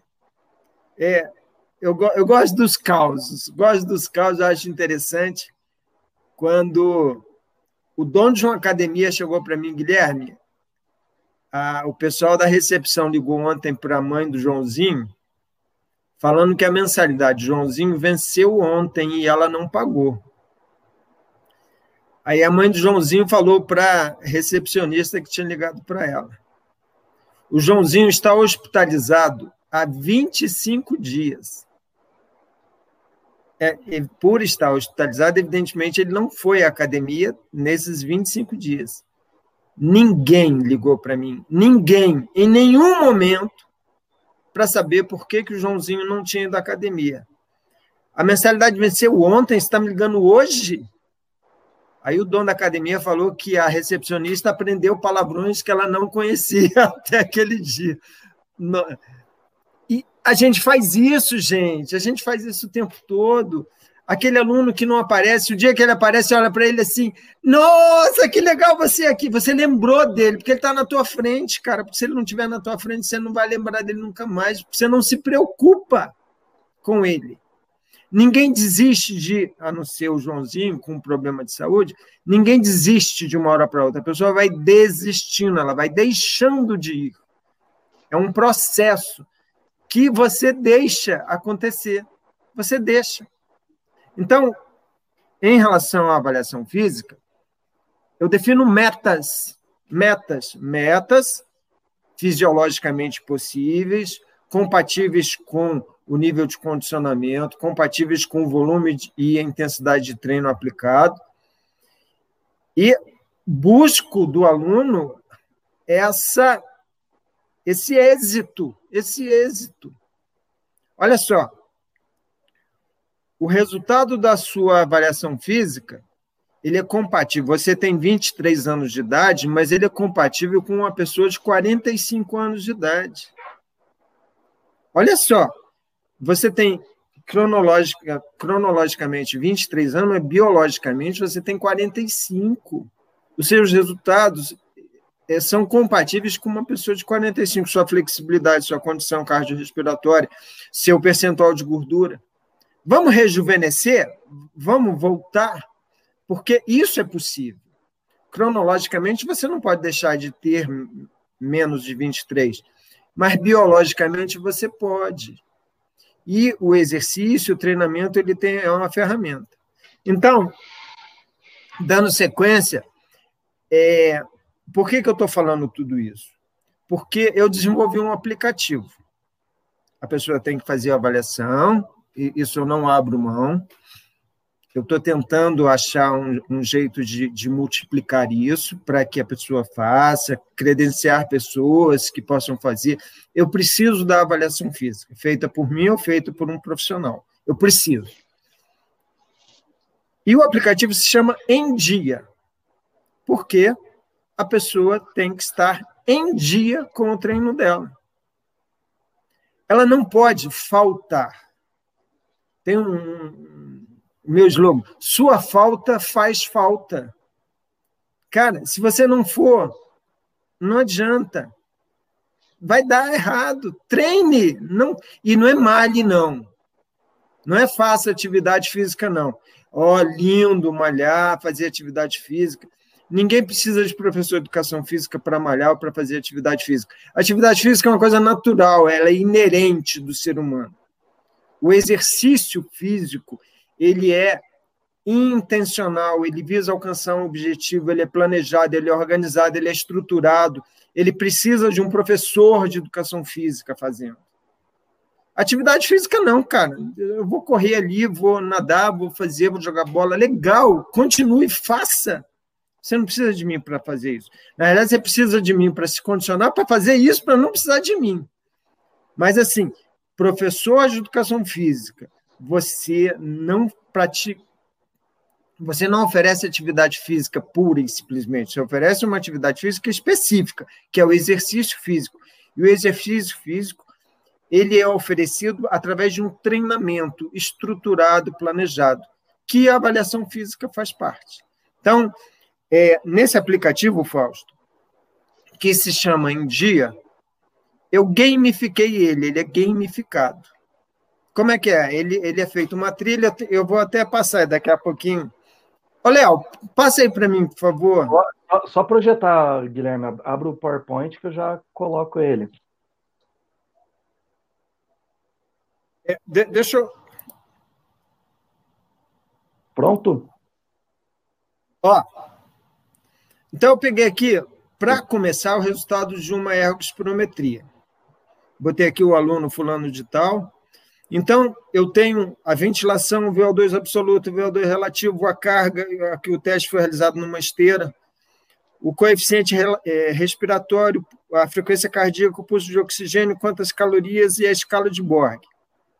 Eu gosto dos causos. Eu acho interessante quando o dono de uma academia chegou para mim, Guilherme, o pessoal da recepção ligou ontem para a mãe do Joãozinho, falando que a mensalidade do Joãozinho venceu ontem e ela não pagou. Aí a mãe do Joãozinho falou para a recepcionista que tinha ligado para ela: o Joãozinho está hospitalizado há 25 dias. Por estar hospitalizado, evidentemente, ele não foi à academia nesses 25 dias. Ninguém ligou para mim, ninguém, em nenhum momento, para saber por que o Joãozinho não tinha ido à academia. A mensalidade venceu ontem, você está me ligando hoje? Aí o dono da academia falou que a recepcionista aprendeu palavrões que ela não conhecia até aquele dia. E a gente faz isso, gente. A gente faz isso o tempo todo. Aquele aluno que não aparece, o dia que ele aparece, olha para ele assim, nossa, que legal você aqui. Você lembrou dele, porque ele está na tua frente, cara. Porque se ele não estiver na tua frente, você não vai lembrar dele nunca mais. Você não se preocupa com ele. Ninguém desiste de, a não ser o Joãozinho com um problema de saúde, ninguém desiste de uma hora para outra. A pessoa vai desistindo, ela vai deixando de ir. É um processo que você deixa acontecer. Você deixa. Então, em relação à avaliação física, eu defino metas fisiologicamente possíveis, compatíveis com o nível de condicionamento, compatíveis com o volume e a intensidade de treino aplicado, e busco do aluno esse êxito. Olha só, o resultado da sua avaliação física, ele é compatível. Você tem 23 anos de idade, mas ele é compatível com uma pessoa de 45 anos de idade. Olha só, você tem cronologicamente 23 anos, mas biologicamente você tem 45. Os seus resultados são compatíveis com uma pessoa de 45, sua flexibilidade, sua condição cardiorrespiratória, seu percentual de gordura. Vamos rejuvenescer? Vamos voltar? Porque isso é possível. Cronologicamente, você não pode deixar de ter menos de 23, mas biologicamente você pode. E o exercício, o treinamento, é uma ferramenta. Então, dando sequência, por que eu estou falando tudo isso? Porque eu desenvolvi um aplicativo. A pessoa tem que fazer a avaliação, e isso eu não abro mão. Eu estou tentando achar um jeito de multiplicar isso para que a pessoa faça, credenciar pessoas que possam fazer. Eu preciso da avaliação física, feita por mim ou feita por um profissional. Eu preciso. E o aplicativo se chama Em Dia, porque a pessoa tem que estar em dia com o treino dela. Ela não pode faltar. Tem meu slogan, sua falta faz falta. Cara, se você não for, não adianta. Vai dar errado. Treine. Não, e não é malhe, não. Não é faça atividade física, não. Lindo malhar, fazer atividade física. Ninguém precisa de professor de educação física para malhar ou para fazer atividade física. A atividade física é uma coisa natural, ela é inerente do ser humano. O exercício físico, ele é intencional, ele visa alcançar um objetivo, ele é planejado, ele é organizado, ele é estruturado, ele precisa de um professor de educação física fazendo. Atividade física não, cara. Eu vou correr ali, vou nadar, vou jogar bola. Legal, continue, faça. Você não precisa de mim para fazer isso. Na verdade, você precisa de mim para se condicionar para fazer isso, para não precisar de mim. Mas, assim, professor de educação física, você não pratica, você não oferece atividade física pura e simplesmente, você oferece uma atividade física específica, que é o exercício físico. E o exercício físico, ele é oferecido através de um treinamento estruturado, planejado, que a avaliação física faz parte. Então, nesse aplicativo, Fausto, que se chama Em Dia, eu gamifiquei ele é gamificado. Como é que é? Ele é feito uma trilha, eu vou até passar daqui a pouquinho. Ô, Léo, passa aí para mim, por favor. Só projetar, Guilherme. Abra o PowerPoint que eu já coloco ele. Deixa eu... Pronto? Então, eu peguei aqui, para começar, o resultado de uma ergospirometria. Botei aqui o aluno fulano de tal. Então, eu tenho a ventilação, o VO2 absoluto, o VO2 relativo, a carga, aqui o teste foi realizado numa esteira, o coeficiente respiratório, a frequência cardíaca, o pulso de oxigênio, quantas calorias e a escala de Borg.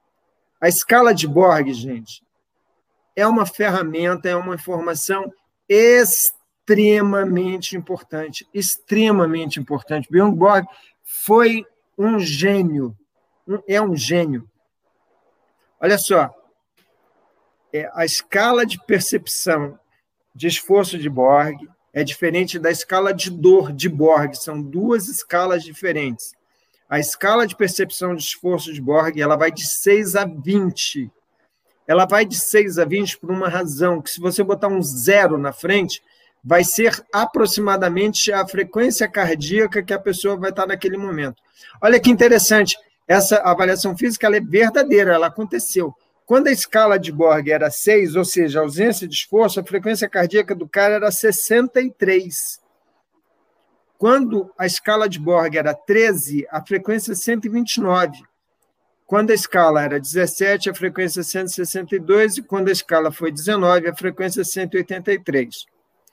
A escala de Borg, gente, é uma ferramenta, é uma informação extremamente importante, extremamente importante. Bjorn Borg foi um gênio, é um gênio. Olha só, a escala de percepção de esforço de Borg é diferente da escala de dor de Borg, são duas escalas diferentes. A escala de percepção de esforço de Borg ela vai de 6 a 20. Ela vai de 6 a 20 por uma razão, que se você botar um 0 na frente, vai ser aproximadamente a frequência cardíaca que a pessoa vai estar naquele momento. Olha que interessante, essa avaliação física ela é verdadeira, ela aconteceu. Quando a escala de Borg era 6, ou seja, a ausência de esforço, a frequência cardíaca do cara era 63. Quando a escala de Borg era 13, a frequência é 129. Quando a escala era 17, a frequência é 162, e quando a escala foi 19, a frequência é 183.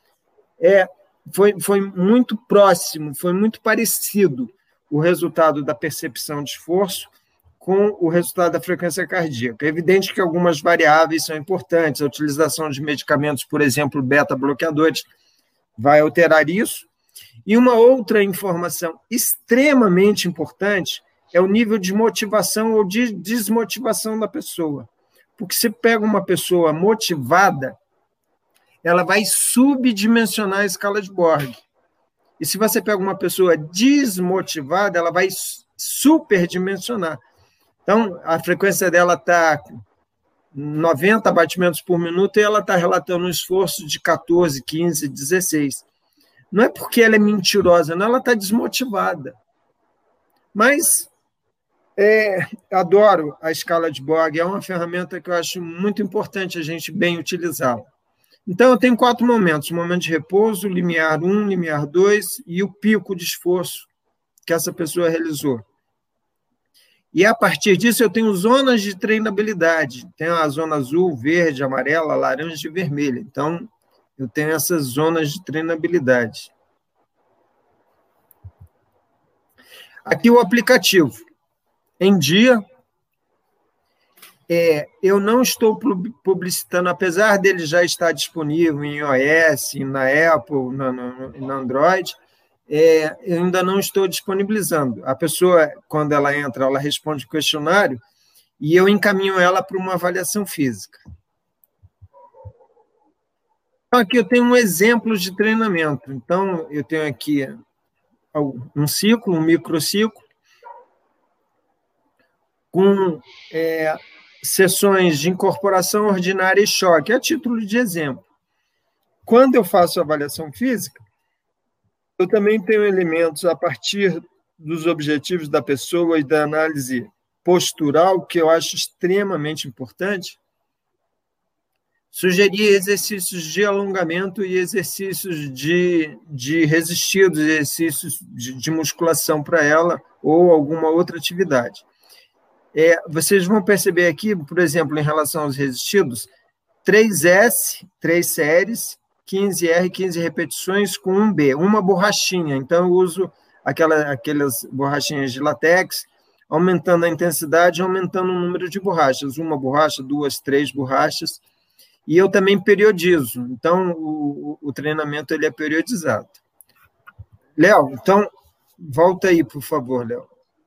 Foi muito próximo, foi muito parecido o resultado da percepção de esforço com o resultado da frequência cardíaca. É evidente que algumas variáveis são importantes, a utilização de medicamentos, por exemplo, beta-bloqueadores, vai alterar isso. E uma outra informação extremamente importante é o nível de motivação ou de desmotivação da pessoa. Porque se pega uma pessoa motivada, ela vai subdimensionar a escala de Borg. E se você pega uma pessoa desmotivada, ela vai superdimensionar. Então, a frequência dela está 90 batimentos por minuto e ela está relatando um esforço de 14, 15, 16. Não é porque ela é mentirosa, não, ela está desmotivada. Mas adoro a escala de Borg, é uma ferramenta que eu acho muito importante a gente bem utilizá-la. Então, eu tenho 4 momentos: o momento de repouso, limiar 1, limiar 2 e o pico de esforço que essa pessoa realizou. E, a partir disso, eu tenho zonas de treinabilidade. Tem a zona azul, verde, amarela, laranja e vermelha. Então, eu tenho essas zonas de treinabilidade. Aqui o aplicativo. Em dia, eu não estou publicitando, apesar dele já estar disponível em iOS, na Apple, na Android, eu ainda não estou disponibilizando. A pessoa, quando ela entra, ela responde o questionário e eu encaminho ela para uma avaliação física. Então, aqui eu tenho um exemplo de treinamento. Então, eu tenho aqui um ciclo, um microciclo, com sessões de incorporação ordinária e choque, a título de exemplo. Quando eu faço avaliação física, eu também tenho elementos a partir dos objetivos da pessoa e da análise postural, que eu acho extremamente importante, sugerir exercícios de alongamento e exercícios de resistidos, exercícios de musculação para ela ou alguma outra atividade. Vocês vão perceber aqui, por exemplo, em relação aos resistidos, 3S, 3 séries, 15R, 15 repetições com 1B, uma borrachinha. Então, eu uso aquelas borrachinhas de látex, aumentando a intensidade, aumentando o número de borrachas. 1 borracha, 2, 3 borrachas. E eu também periodizo. Então, o treinamento ele é periodizado. Léo, então, volta aí, por favor, Léo.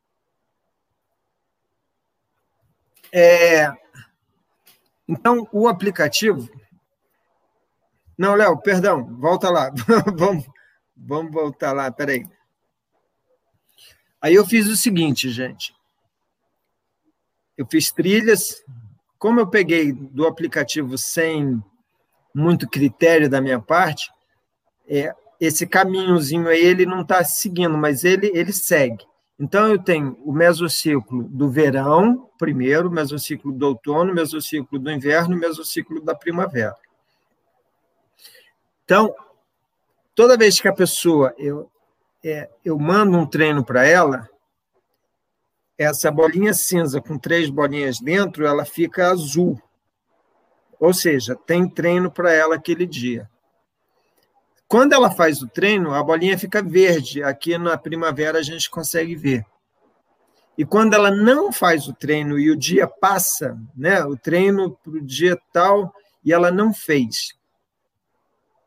Então, o aplicativo... Não, Léo, perdão, volta lá. Vamos voltar lá, peraí. Aí eu fiz o seguinte, gente. Eu fiz trilhas. Como eu peguei do aplicativo sem muito critério da minha parte, esse caminhozinho aí ele não está seguindo, mas ele segue. Então, eu tenho o mesociclo do verão, primeiro, o mesociclo do outono, o mesociclo do inverno e o mesociclo da primavera. Então, toda vez que a pessoa, eu mando um treino para ela, essa bolinha cinza com 3 bolinhas dentro, ela fica azul. Ou seja, tem treino para ela aquele dia. Quando ela faz o treino, a bolinha fica verde. Aqui na primavera a gente consegue ver. E quando ela não faz o treino e o dia passa, né, o treino para o dia tal, e ela não fez.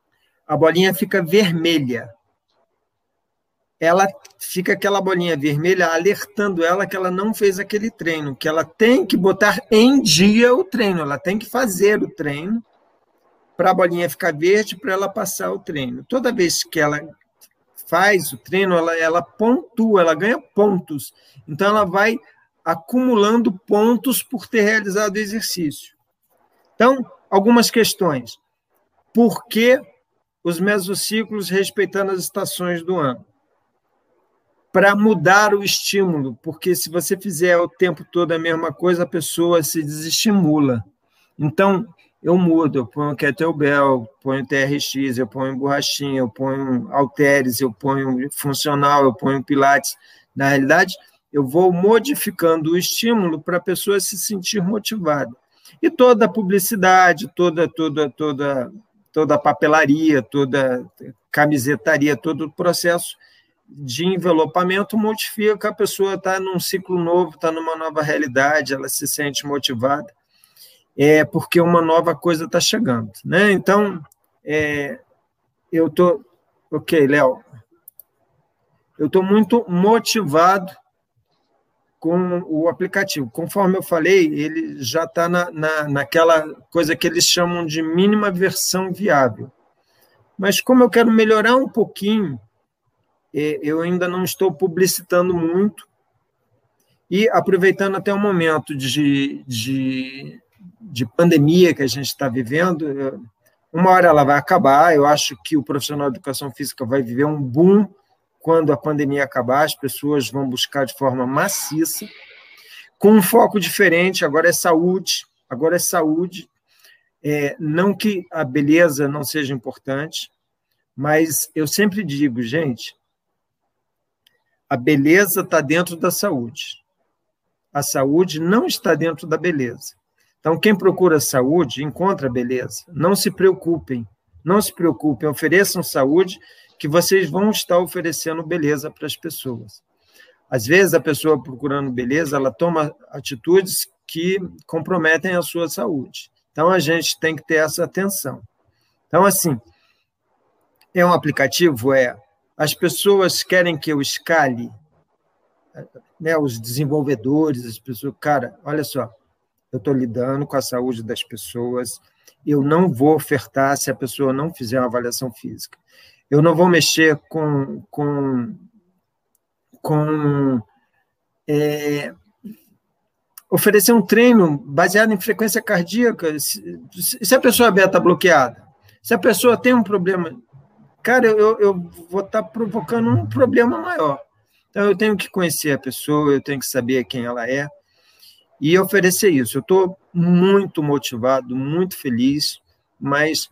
a bolinha fica vermelha. Ela fica aquela bolinha vermelha alertando ela que ela não fez aquele treino, que ela tem que botar em dia o treino, ela tem que fazer o treino para a bolinha ficar verde, para ela passar o treino. Toda vez que ela faz o treino, ela pontua, ela ganha pontos. Então, ela vai acumulando pontos por ter realizado o exercício. Então, algumas questões. Por que os mesociclos respeitando as estações do ano? Para mudar o estímulo, porque se você fizer o tempo todo a mesma coisa, a pessoa se desestimula. Então, eu mudo, eu ponho kettlebell, ponho TRX, eu ponho borrachinha, eu ponho halteres, eu ponho funcional, eu ponho pilates. Na realidade, eu vou modificando o estímulo para a pessoa se sentir motivada. E toda a publicidade, toda a papelaria, toda a camisetaria, todo o processo de envelopamento modifica, a pessoa está num ciclo novo, está numa nova realidade, ela se sente motivada, porque uma nova coisa está chegando, né? Então, eu estou... Ok, Léo. Eu estou muito motivado com o aplicativo. Conforme eu falei, ele já está naquela coisa que eles chamam de mínima versão viável. Mas como eu quero melhorar um pouquinho, eu ainda não estou publicitando muito e aproveitando até o momento de pandemia que a gente está vivendo, uma hora ela vai acabar, eu acho que o profissional de educação física vai viver um boom quando a pandemia acabar, as pessoas vão buscar de forma maciça, com um foco diferente, agora é saúde, não que a beleza não seja importante, mas eu sempre digo, gente, a beleza está dentro da saúde. A saúde não está dentro da beleza. Então, quem procura saúde, encontra beleza. Não se preocupem, ofereçam saúde, que vocês vão estar oferecendo beleza para as pessoas. Às vezes, a pessoa procurando beleza, ela toma atitudes que comprometem a sua saúde. Então, a gente tem que ter essa atenção. Então, assim, é um aplicativo? As pessoas querem que eu escale, né, os desenvolvedores, as pessoas... Cara, olha só, eu estou lidando com a saúde das pessoas, eu não vou ofertar se a pessoa não fizer uma avaliação física. Eu não vou mexer oferecer um treino baseado em frequência cardíaca. Se a pessoa é beta bloqueada, se a pessoa tem um problema... Cara, eu vou estar provocando um problema maior. Então, eu tenho que conhecer a pessoa, eu tenho que saber quem ela é e oferecer isso. Eu estou muito motivado, muito feliz, mas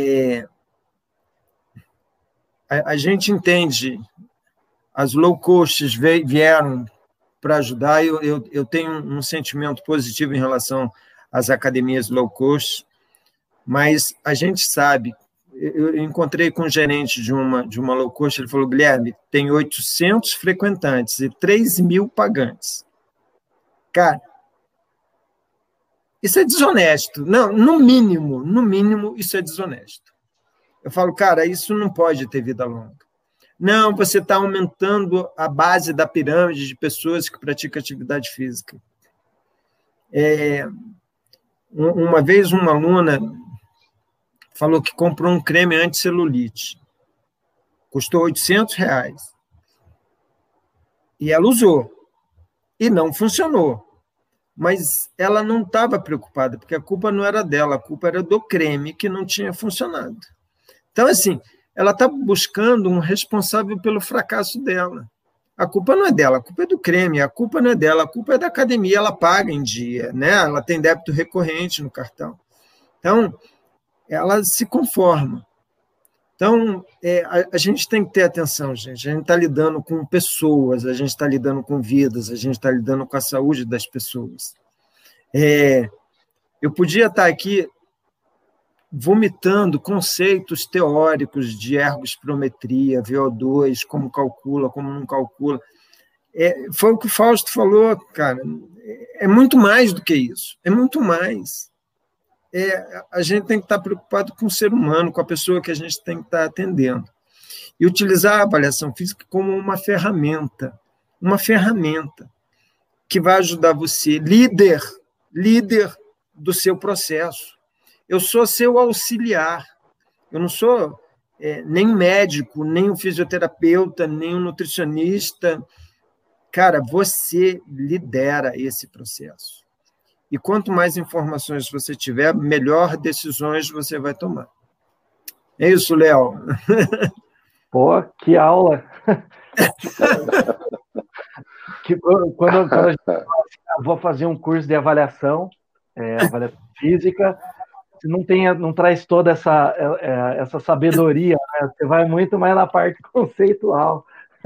a gente entende, as low costs vieram para ajudar, eu tenho um sentimento positivo em relação às academias low cost, mas a gente sabe... Eu encontrei com um gerente de uma low cost, ele falou, Guilherme, tem 800 frequentantes e 3.000 pagantes. Cara, isso é desonesto. Não, no mínimo, isso é desonesto. Eu falo, cara, isso não pode ter vida longa. Não, você está aumentando a base da pirâmide de pessoas que praticam atividade física. Uma vez uma aluna... falou que comprou um creme anticelulite. Custou R$800. E ela usou. E não funcionou. Mas ela não estava preocupada, porque a culpa não era dela, a culpa era do creme que não tinha funcionado. Então, assim, ela está buscando um responsável pelo fracasso dela. A culpa não é dela, a culpa é do creme, a culpa não é dela, a culpa é da academia, ela paga em dia, né? Ela tem débito recorrente no cartão. Então, ela se conforma. Então, a gente tem que ter atenção, gente. A gente está lidando com pessoas, a gente está lidando com vidas, a gente está lidando com a saúde das pessoas. Eu podia estar aqui vomitando conceitos teóricos de ergospirometria, VO2, como calcula, como não calcula. Foi o que o Fausto falou, cara. É muito mais do que isso. É muito mais. a gente tem que estar preocupado com o ser humano, com a pessoa que a gente tem que estar atendendo. E utilizar a avaliação física como uma ferramenta que vai ajudar você, líder do seu processo. Eu sou seu auxiliar, eu não sou nem médico, nem um fisioterapeuta, nem um nutricionista. Cara, você lidera esse processo. E quanto mais informações você tiver, melhor decisões você vai tomar. É isso, Léo. Pô, que aula! Quando a gente fala assim, vou fazer um curso de avaliação física, você não traz toda essa sabedoria, né? Você vai muito mais na parte conceitual,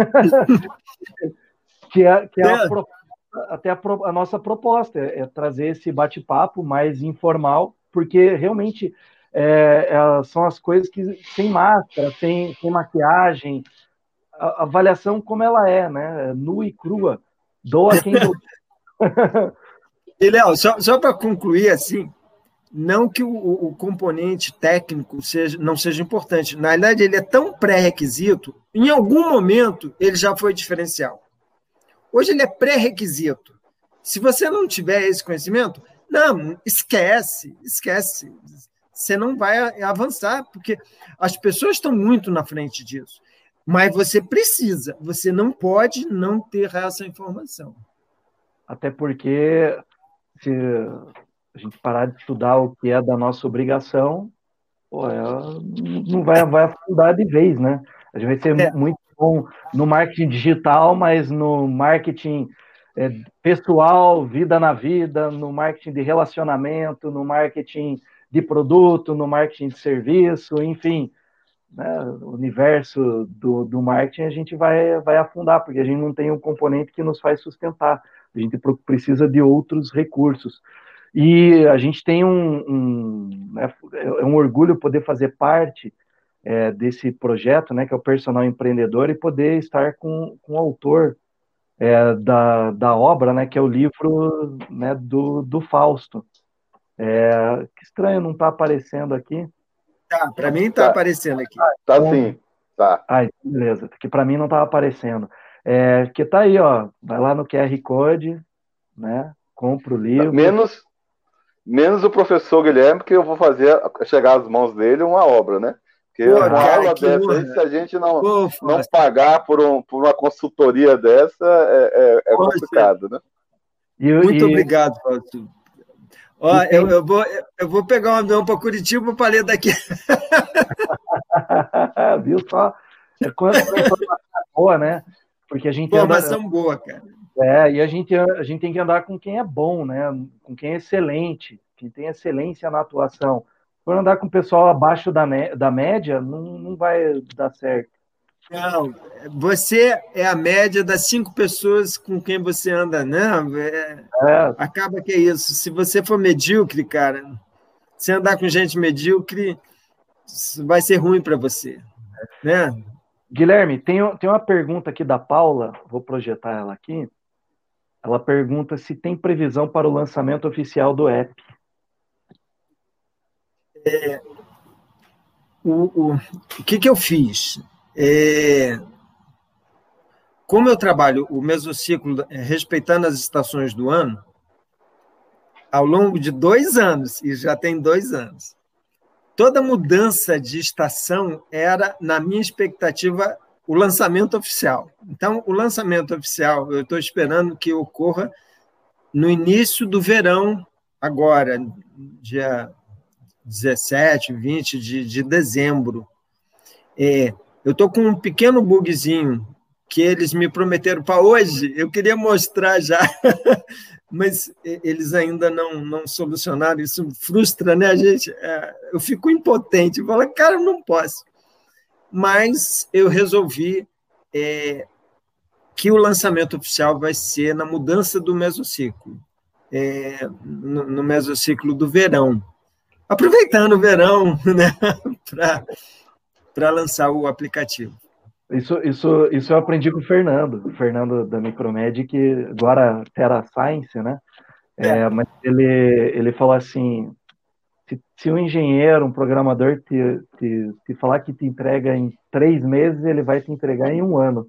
que é até a nossa proposta, é trazer esse bate-papo mais informal, porque realmente são as coisas que sem máscara, sem maquiagem, a avaliação como ela é, né? Nua e crua, doa quem doa. E, Léo, só para concluir assim, não que o componente técnico não seja importante, na verdade ele é tão pré-requisito, em algum momento ele já foi diferencial. Hoje ele é pré-requisito. Se você não tiver esse conhecimento, não, esquece. Você não vai avançar, porque as pessoas estão muito na frente disso. Mas você precisa, você não pode não ter essa informação. Até porque se a gente parar de estudar o que é da nossa obrigação, não vai afundar de vez, né? A gente vai ser muito bom no marketing digital, mas no marketing pessoal, vida na vida, no marketing de relacionamento, no marketing de produto, no marketing de serviço, enfim, né? O universo do marketing a gente vai afundar, porque a gente não tem um componente que nos faz sustentar. A gente precisa de outros recursos. E a gente tem um orgulho poder fazer parte desse projeto, né, que é o Personal Empreendedor, e poder estar com o autor da obra, né, que é o livro, né, do Fausto. Que estranho, não está aparecendo aqui. Tá, para mim está aparecendo aqui. Tá sim, tá. Beleza, porque para mim não estava aparecendo. Que tá aí, ó, vai lá no QR Code, né, compra o livro. Menos o professor Guilherme, que eu vou fazer chegar às mãos dele uma obra, né? Porque uma aula dessa aí, se a gente não pagar por uma consultoria dessa, é complicado, né? Muito obrigado, Fausto. Ó, eu vou pegar um avião para Curitiba para ler daqui. Viu só? Quando boa, né? Porque a gente informação boa, cara. E a gente tem que andar com quem é bom, né? Com quem é excelente, quem tem excelência na atuação. Por andar com o pessoal abaixo da média, não vai dar certo. Não, você é a média das 5 pessoas com quem você anda, né? Acaba que é isso. Se você for medíocre, cara, se andar com gente medíocre, vai ser ruim para você, né? Guilherme, tem uma pergunta aqui da Paula, vou projetar ela aqui. Ela pergunta se tem previsão para o lançamento oficial do app. O que eu fiz? Como eu trabalho o mesociclo respeitando as estações do ano, ao longo de 2 anos, e já tem 2 anos, toda mudança de estação era, na minha expectativa, o lançamento oficial. Então, o lançamento oficial, eu estou esperando que ocorra no início do verão, agora, dia 17, 20 de dezembro. Eu estou com um pequeno bugzinho que eles me prometeram para hoje, eu queria mostrar já, mas eles ainda não solucionaram, isso frustra, né, gente? Eu fico impotente, eu falo, cara, eu não posso. Mas eu resolvi que o lançamento oficial vai ser na mudança do mesociclo, no mesociclo do verão. Aproveitando o verão, né, para lançar o aplicativo. Isso eu aprendi com o Fernando da Micromed, que agora Terra Science, né? Mas ele falou assim, Se um engenheiro, um programador te falar que te entrega em 3 meses, ele vai te entregar em 1 ano.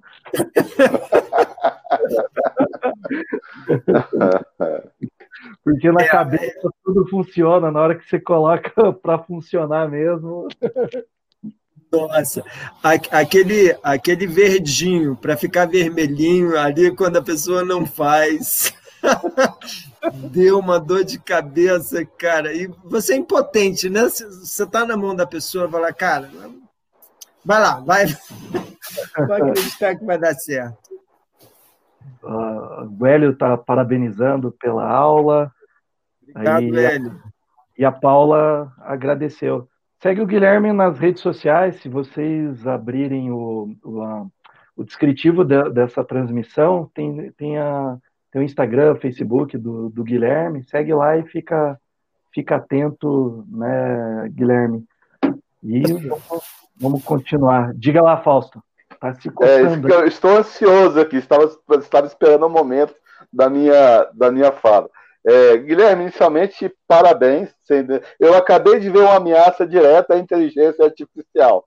Porque na cabeça tudo funciona, na hora que você coloca para funcionar mesmo. Nossa, aquele verdinho para ficar vermelhinho ali quando a pessoa não faz. Deu uma dor de cabeça, cara. E você é impotente, né? Você está na mão da pessoa e fala, cara, vai lá, vai acreditar que vai dar certo. O Hélio está parabenizando pela aula. Obrigado, Hélio. E a Paula agradeceu. Segue o Guilherme nas redes sociais. Se vocês abrirem o descritivo dessa transmissão, tem o Instagram, Facebook do Guilherme. Segue lá e fica atento, né, Guilherme? E vamos continuar. Diga lá, Fausto. Tá se coçando. Eu estou ansioso aqui. Estava esperando o momento da minha fala. Guilherme, inicialmente, parabéns. Eu acabei de ver uma ameaça direta à inteligência artificial.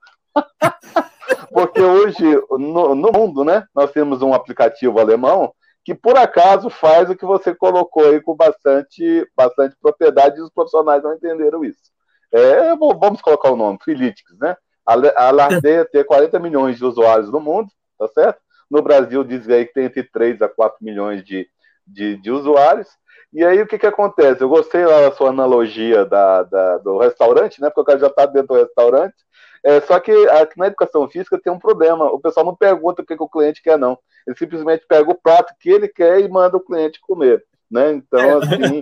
Porque hoje, no mundo, né, nós temos um aplicativo alemão que, por acaso, faz o que você colocou aí com bastante propriedade, e os profissionais não entenderam isso. Vamos colocar o nome, Freeletics, né? A Lardeia tem 40 milhões de usuários no mundo, tá certo? No Brasil, diz aí que tem entre 3 a 4 milhões de usuários. E aí, o que acontece? Eu gostei lá da sua analogia do restaurante, né? Porque o cara já está dentro do restaurante. Só que aqui na educação física tem um problema. O pessoal não pergunta o que o cliente quer, não. Ele simplesmente pega o prato que ele quer e manda o cliente comer, né? Então, assim,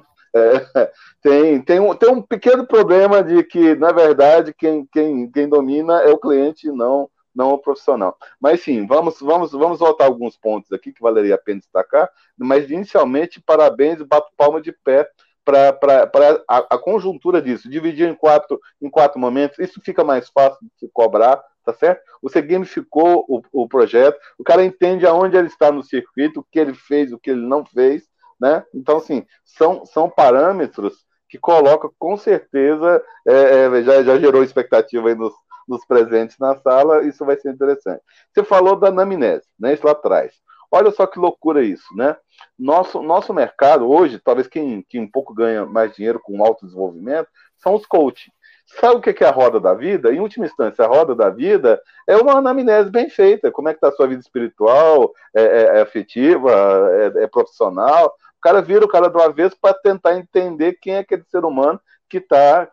tem um pequeno problema de que, na verdade, quem domina é o cliente, não o profissional. Mas sim, vamos voltar a alguns pontos aqui que valeria a pena destacar, mas inicialmente, parabéns e bato palma de pé para a conjuntura disso, dividir em quatro momentos, isso fica mais fácil de se cobrar, tá certo? Você gamificou o projeto, o cara entende aonde ele está no circuito, o que ele fez, o que ele não fez, né? Então, assim, são parâmetros que colocam, com certeza, já gerou expectativa aí nos presentes na sala, isso vai ser interessante. Você falou da anamnese, né? Isso lá atrás. Olha só que loucura isso, né? Nosso mercado hoje, talvez quem um pouco ganha mais dinheiro com autodesenvolvimento, são os coaching. Sabe o que é a roda da vida? Em última instância, a roda da vida é uma anamnese bem feita. Como é que está a sua vida espiritual, afetiva, profissional? O cara vira o cara de uma vez para tentar entender quem é aquele ser humano que está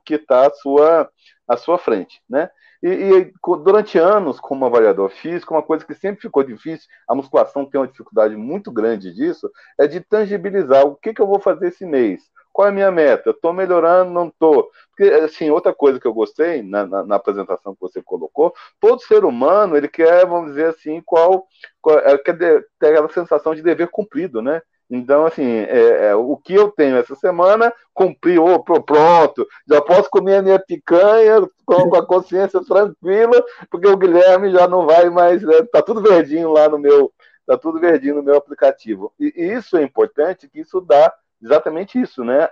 à sua frente, né? E durante anos, como avaliador físico, uma coisa que sempre ficou difícil, a musculação tem uma dificuldade muito grande disso, é de tangibilizar o que eu vou fazer esse mês. Qual é a minha meta? Estou melhorando? Não estou? Porque, assim, outra coisa que eu gostei na apresentação que você colocou, todo ser humano, ele quer, vamos dizer assim, quer ter aquela sensação de dever cumprido, né? Então, assim, o que eu tenho essa semana, cumpri, pronto, já posso comer a minha picanha com a consciência tranquila, porque o Guilherme já não vai mais, tá tudo verdinho lá no meu aplicativo. E isso é importante, que isso dá exatamente isso, né?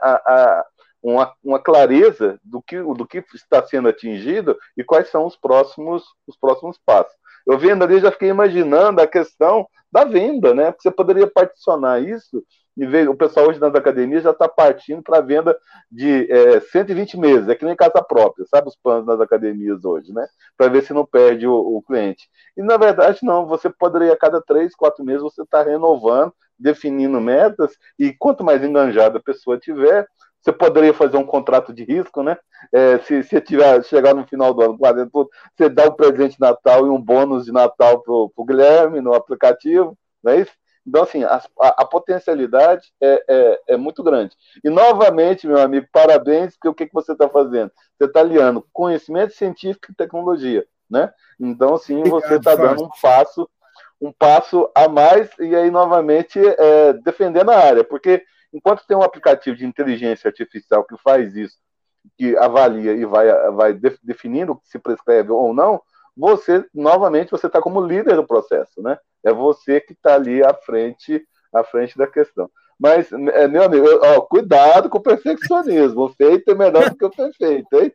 Uma clareza do que está sendo atingido e quais são os próximos passos. Eu vendo ali, já fiquei imaginando a questão da venda, né? Porque você poderia particionar isso e ver, o pessoal hoje nas academias já está partindo para a venda de 120 meses, é que nem casa própria, sabe os planos nas academias hoje, né? Para ver se não perde o cliente. E na verdade não, você poderia a cada 3, 4 meses você está renovando, definindo metas, e quanto mais enganjada a pessoa tiver, você poderia fazer um contrato de risco, né? Se chegar no final do ano, você dá um presente de Natal e um bônus de Natal para o Guilherme no aplicativo, não é isso? Então, assim, a potencialidade é muito grande. E, novamente, meu amigo, parabéns, porque o que você está fazendo? Você está aliando conhecimento científico e tecnologia, né? Então, assim, você está dando um passo a mais e aí, novamente, defendendo a área, porque enquanto tem um aplicativo de inteligência artificial que faz isso, que avalia e vai definindo o que se prescreve ou não, você está como líder do processo, né? É você que está ali à frente da questão. Mas, meu amigo, ó, cuidado com o perfeccionismo. O feito é melhor do que o perfeito, hein?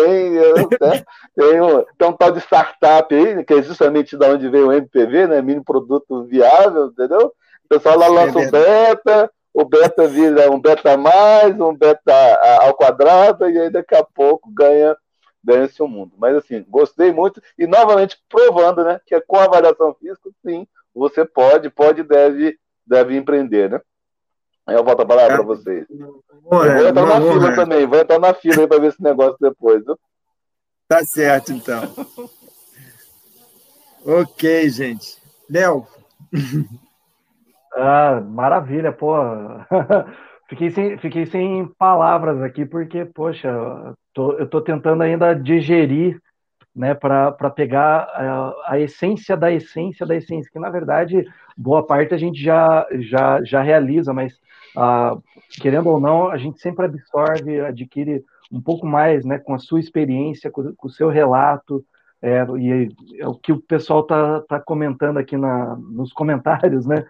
Tem um tal de startup aí, que é justamente da onde veio o MPV, né? Mini produto viável, entendeu? O pessoal lá lança o beta vira um beta mais, um beta ao quadrado, e aí daqui a pouco ganha-se o mundo. Mas assim, gostei muito, e novamente provando, né, que com a avaliação física, sim, você pode e deve empreender, né? Aí eu volto a palavra para vocês. Eu vou entrar na fila também, vou entrar na fila aí para ver esse negócio depois, viu? Tá certo, então. Ok, gente. Léo. Maravilha, pô. Fiquei sem palavras aqui, porque, poxa, eu tô tentando ainda digerir, né, para pegar a essência da essência da essência, que na verdade boa parte a gente já realiza, mas querendo ou não, a gente sempre absorve, adquire um pouco mais, né, com a sua experiência, com o seu relato, e é o que o pessoal tá comentando aqui nos comentários, né,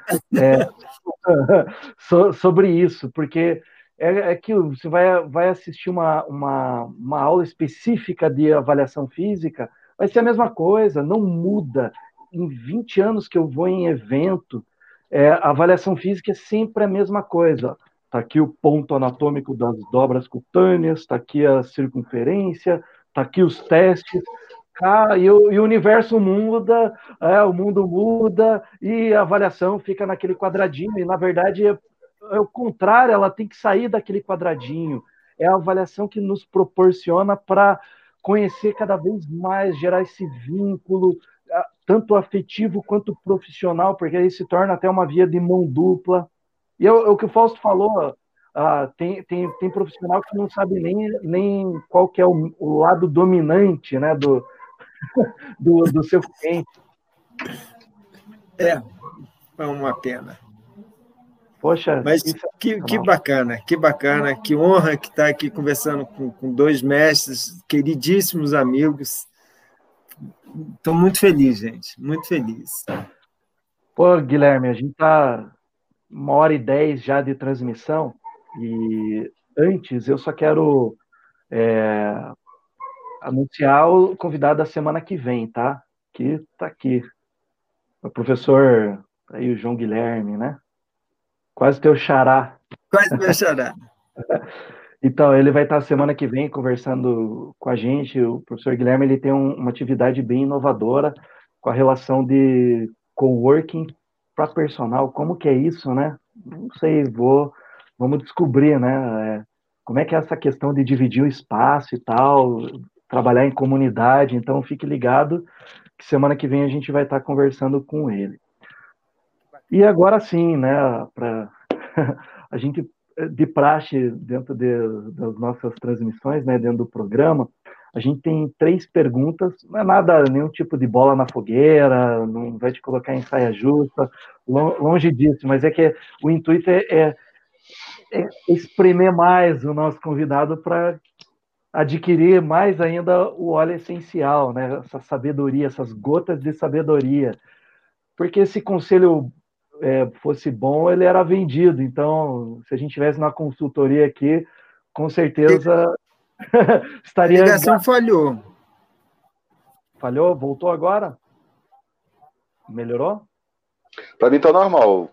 sobre isso, porque é que você vai assistir uma aula específica de avaliação física, vai ser a mesma coisa, não muda. Em 20 anos que eu vou em evento, a avaliação física é sempre a mesma coisa. Está aqui o ponto anatômico das dobras cutâneas, está aqui a circunferência, está aqui os testes. E o universo muda, o mundo muda, e a avaliação fica naquele quadradinho, e na verdade é o contrário, ela tem que sair daquele quadradinho. É a avaliação que nos proporciona para conhecer cada vez mais, gerar esse vínculo, tanto afetivo quanto profissional, porque aí se torna até uma via de mão dupla. E o que o Fausto falou, tem profissional que não sabe nem qual que é o lado dominante, né, do seu cliente. É uma pena. Poxa, mas que bacana, que honra que estar aqui conversando com dois mestres, queridíssimos amigos. Estou muito feliz, gente, muito feliz. Pô, Guilherme, a gente está 1h10 já de transmissão, e antes eu só quero anunciar o convidado da semana que vem, tá? Que tá aqui. O professor, aí o João Guilherme, né? Quase teu xará. Quase meu xará. Então, ele vai estar semana que vem conversando com a gente. O professor Guilherme ele tem uma atividade bem inovadora com a relação de coworking para personal. Como que é isso, né? Não sei, vamos descobrir, né? Como é que é essa questão de dividir o espaço e tal, trabalhar em comunidade. Então, fique ligado que semana que vem a gente vai estar conversando com ele. E agora sim, né? Para a gente de praxe dentro das nossas transmissões, né, dentro do programa, a gente tem 3 perguntas, não é nada, nenhum tipo de bola na fogueira, não vai te colocar em saia justa, longe disso, mas é que o intuito é espremer mais o nosso convidado para adquirir mais ainda o óleo essencial, né, essa sabedoria, essas gotas de sabedoria, porque esse conselho fosse bom, ele era vendido. Então, se a gente tivesse na consultoria aqui, com certeza estaria... A ligação falhou. Falhou? Voltou agora? Melhorou? Para mim tá normal.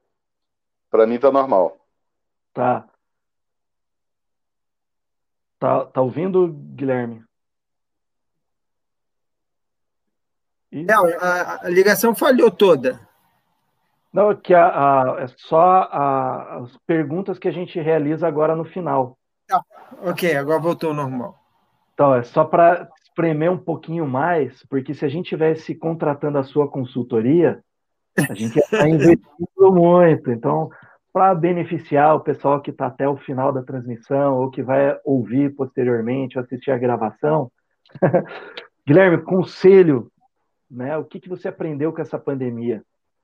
Tá. Tá ouvindo, Guilherme? Não, a ligação falhou toda. Não, que é só as perguntas que a gente realiza agora no final. Tá. Ok, agora voltou ao normal. Então, é só para espremer um pouquinho mais, porque se a gente tivesse contratando a sua consultoria, a gente ia estar investindo muito. Então, para beneficiar o pessoal que está até o final da transmissão ou que vai ouvir posteriormente, assistir a gravação, Guilherme, conselho, né? O que você aprendeu com essa pandemia?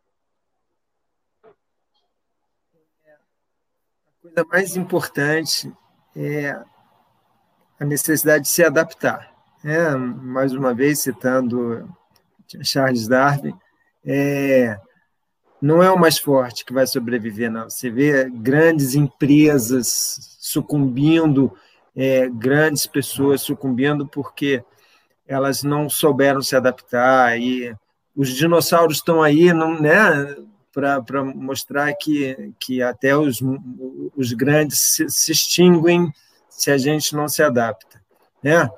A coisa mais importante é a necessidade de se adaptar. Mais uma vez, citando Charles Darwin, não é o mais forte que vai sobreviver, não. Você vê grandes empresas sucumbindo, grandes pessoas sucumbindo porque elas não souberam se adaptar, e os dinossauros estão aí, não, né, para mostrar que até os grandes se extinguem se a gente não se adapta, né?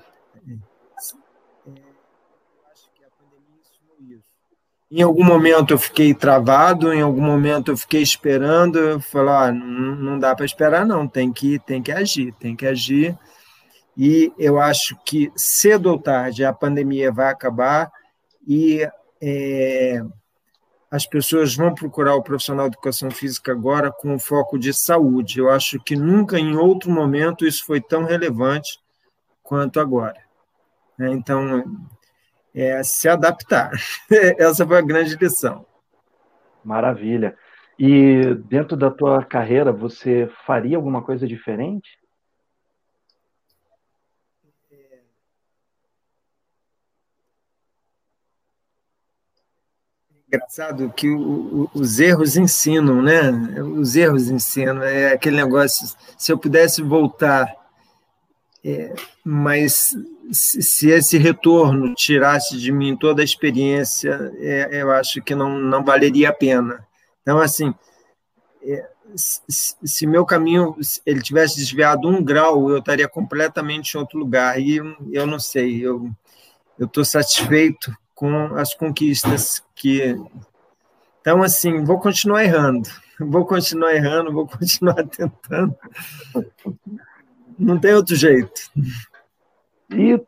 Em algum momento eu fiquei travado, em algum momento eu fiquei esperando, eu falei, não dá para esperar não, tem que agir, e eu acho que cedo ou tarde a pandemia vai acabar e as pessoas vão procurar o profissional de educação física agora com o foco de saúde. Eu acho que nunca em outro momento isso foi tão relevante quanto agora. Então, se adaptar. Essa foi a grande lição. Maravilha. E dentro da tua carreira, você faria alguma coisa diferente? Engraçado que os erros ensinam, né? Os erros ensinam. É aquele negócio, se eu pudesse voltar, mas se esse retorno tirasse de mim toda a experiência, eu acho que não valeria a pena. Então, assim, se meu caminho ele tivesse desviado 1 grau, eu estaria completamente em outro lugar. E eu não sei, eu estou satisfeito com as conquistas que... Então, assim, vou continuar errando, vou continuar tentando. Não tem outro jeito. E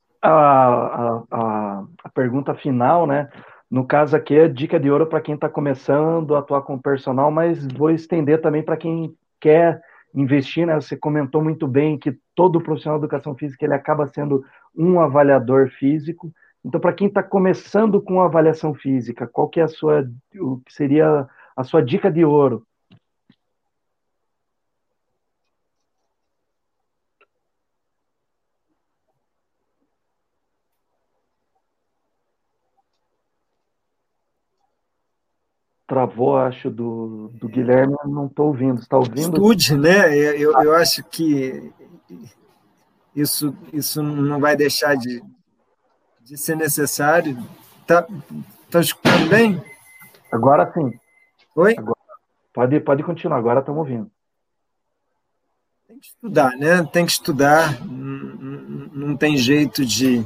a pergunta final, né? No caso aqui é dica de ouro para quem está começando a atuar com personal, mas vou estender também para quem quer investir, né? Você comentou muito bem que todo profissional de educação física ele acaba sendo um avaliador físico. Então, para quem está começando com avaliação física, qual que é o que seria a sua dica de ouro? Travou, acho, do Guilherme, não estou ouvindo. Está ouvindo? Estude, né? Eu acho que isso não vai deixar de ser necessário. Tá escutando bem? Agora sim. Oi? Agora, pode continuar, agora estamos ouvindo. Tem que estudar, né? Tem que estudar, não tem jeito de...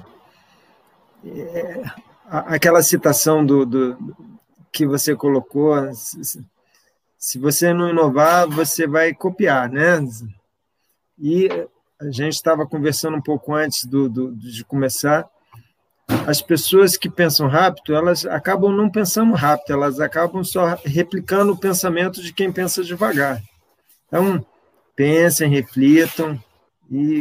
Aquela citação que você colocou, se você não inovar, você vai copiar, né? E a gente estava conversando um pouco antes de começar, as pessoas que pensam rápido, elas acabam não pensando rápido, elas acabam só replicando o pensamento de quem pensa devagar. Então, pensem, reflitam e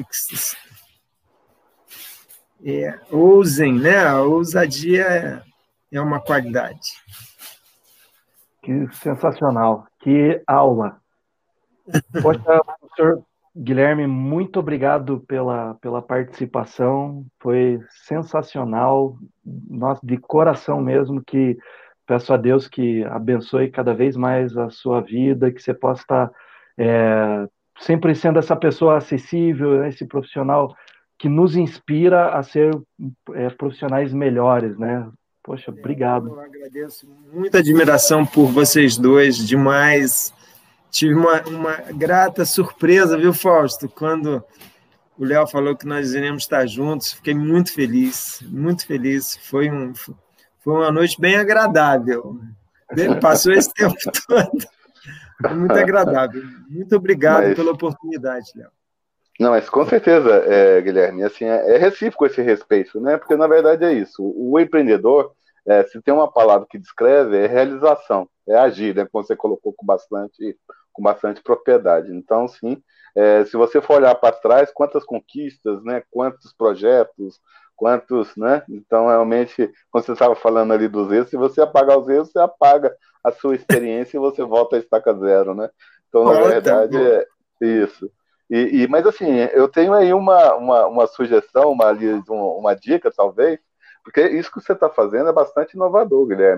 ousem, né? A ousadia é uma qualidade. Que sensacional, que aula. Poxa, professor Guilherme, muito obrigado pela participação, foi sensacional, nossa, de coração mesmo, que peço a Deus que abençoe cada vez mais a sua vida, que você possa estar sempre sendo essa pessoa acessível, esse profissional que nos inspira a ser profissionais melhores, né? Poxa, obrigado. Eu agradeço, muita admiração por vocês dois, demais. Tive uma grata surpresa, viu, Fausto? Quando o Léo falou que nós iríamos estar juntos, fiquei muito feliz, muito feliz. Foi uma noite bem agradável. Passou esse tempo todo. Foi muito agradável. Muito obrigado pela oportunidade, Léo. Não, mas com certeza, Guilherme, assim, é recíproco esse respeito, né? Porque na verdade é isso. O empreendedor, se tem uma palavra que descreve, é realização, é agir, né? Como você colocou com bastante propriedade. Então, sim, se você for olhar para trás, quantas conquistas, né? Quantos projetos, quantos, né? Então, realmente, quando você estava falando ali dos erros, se você apagar os erros, você apaga a sua experiência e você volta a estaca zero, né? Então, na verdade, é isso. Mas, assim, eu tenho aí uma sugestão, uma dica, talvez, porque isso que você está fazendo é bastante inovador, Guilherme.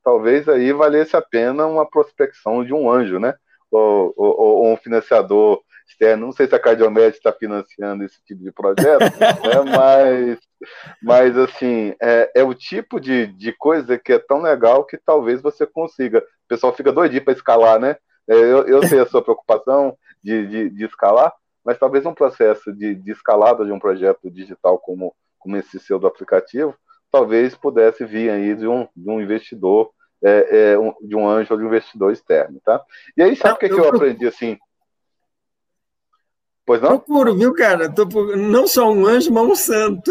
talvez aí valesse a pena uma prospecção de um anjo, né? Ou um financiador externo. Não sei se a Cardiomed está financiando esse tipo de projeto, né? Mas assim, é o tipo de coisa que é tão legal que talvez você consiga. O pessoal fica doidinho para escalar, né? Eu sei a sua preocupação de escalar, mas talvez um processo de escalada de um projeto digital como esse seu do aplicativo, talvez pudesse vir aí de um investidor, de um anjo ou de um investidor externo, tá? E aí, sabe o que eu aprendi assim? Pois não? Procuro, viu, cara? Não só um anjo, mas um santo.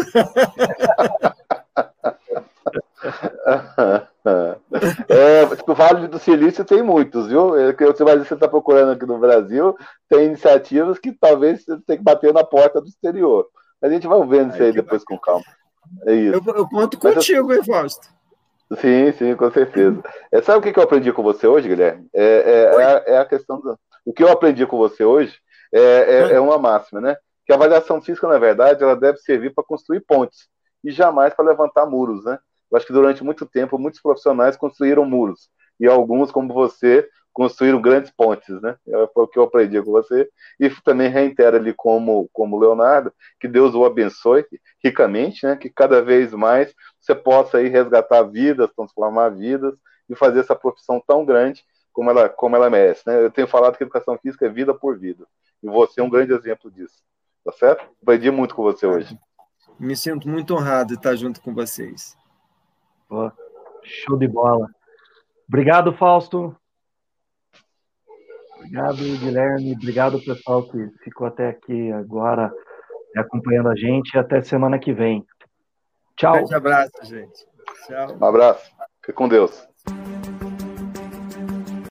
O Vale do Silício tem muitos, viu? Você está procurando aqui no Brasil, tem iniciativas que talvez você tenha que bater na porta do exterior. Mas a gente vai vendo isso aí depois com calma. É isso. Eu conto contigo, hein, Fausto? Sim, com certeza. Sabe o que eu aprendi com você hoje, Guilherme? É a questão do... O que eu aprendi com você hoje é uma máxima, né? Que a avaliação física, na verdade, ela deve servir para construir pontes e jamais para levantar muros, né? Eu acho que durante muito tempo, muitos profissionais construíram muros e alguns, como você, construíram grandes pontes, né? Foi o que eu aprendi com você e também reitero ali como Leonardo, que Deus o abençoe ricamente, né? Que cada vez mais você possa aí resgatar vidas, transformar vidas e fazer essa profissão tão grande como ela merece, né? Eu tenho falado que educação física é vida por vida e você é um grande exemplo disso, tá certo? Aprendi muito com você hoje. Me sinto muito honrado de estar junto com vocês. Pô, show de bola. Obrigado, Fausto. Obrigado, Guilherme. Obrigado, pessoal, que ficou até aqui agora acompanhando a gente. Até semana que vem. Tchau. Um grande abraço, gente. Tchau. Um abraço. Fique com Deus.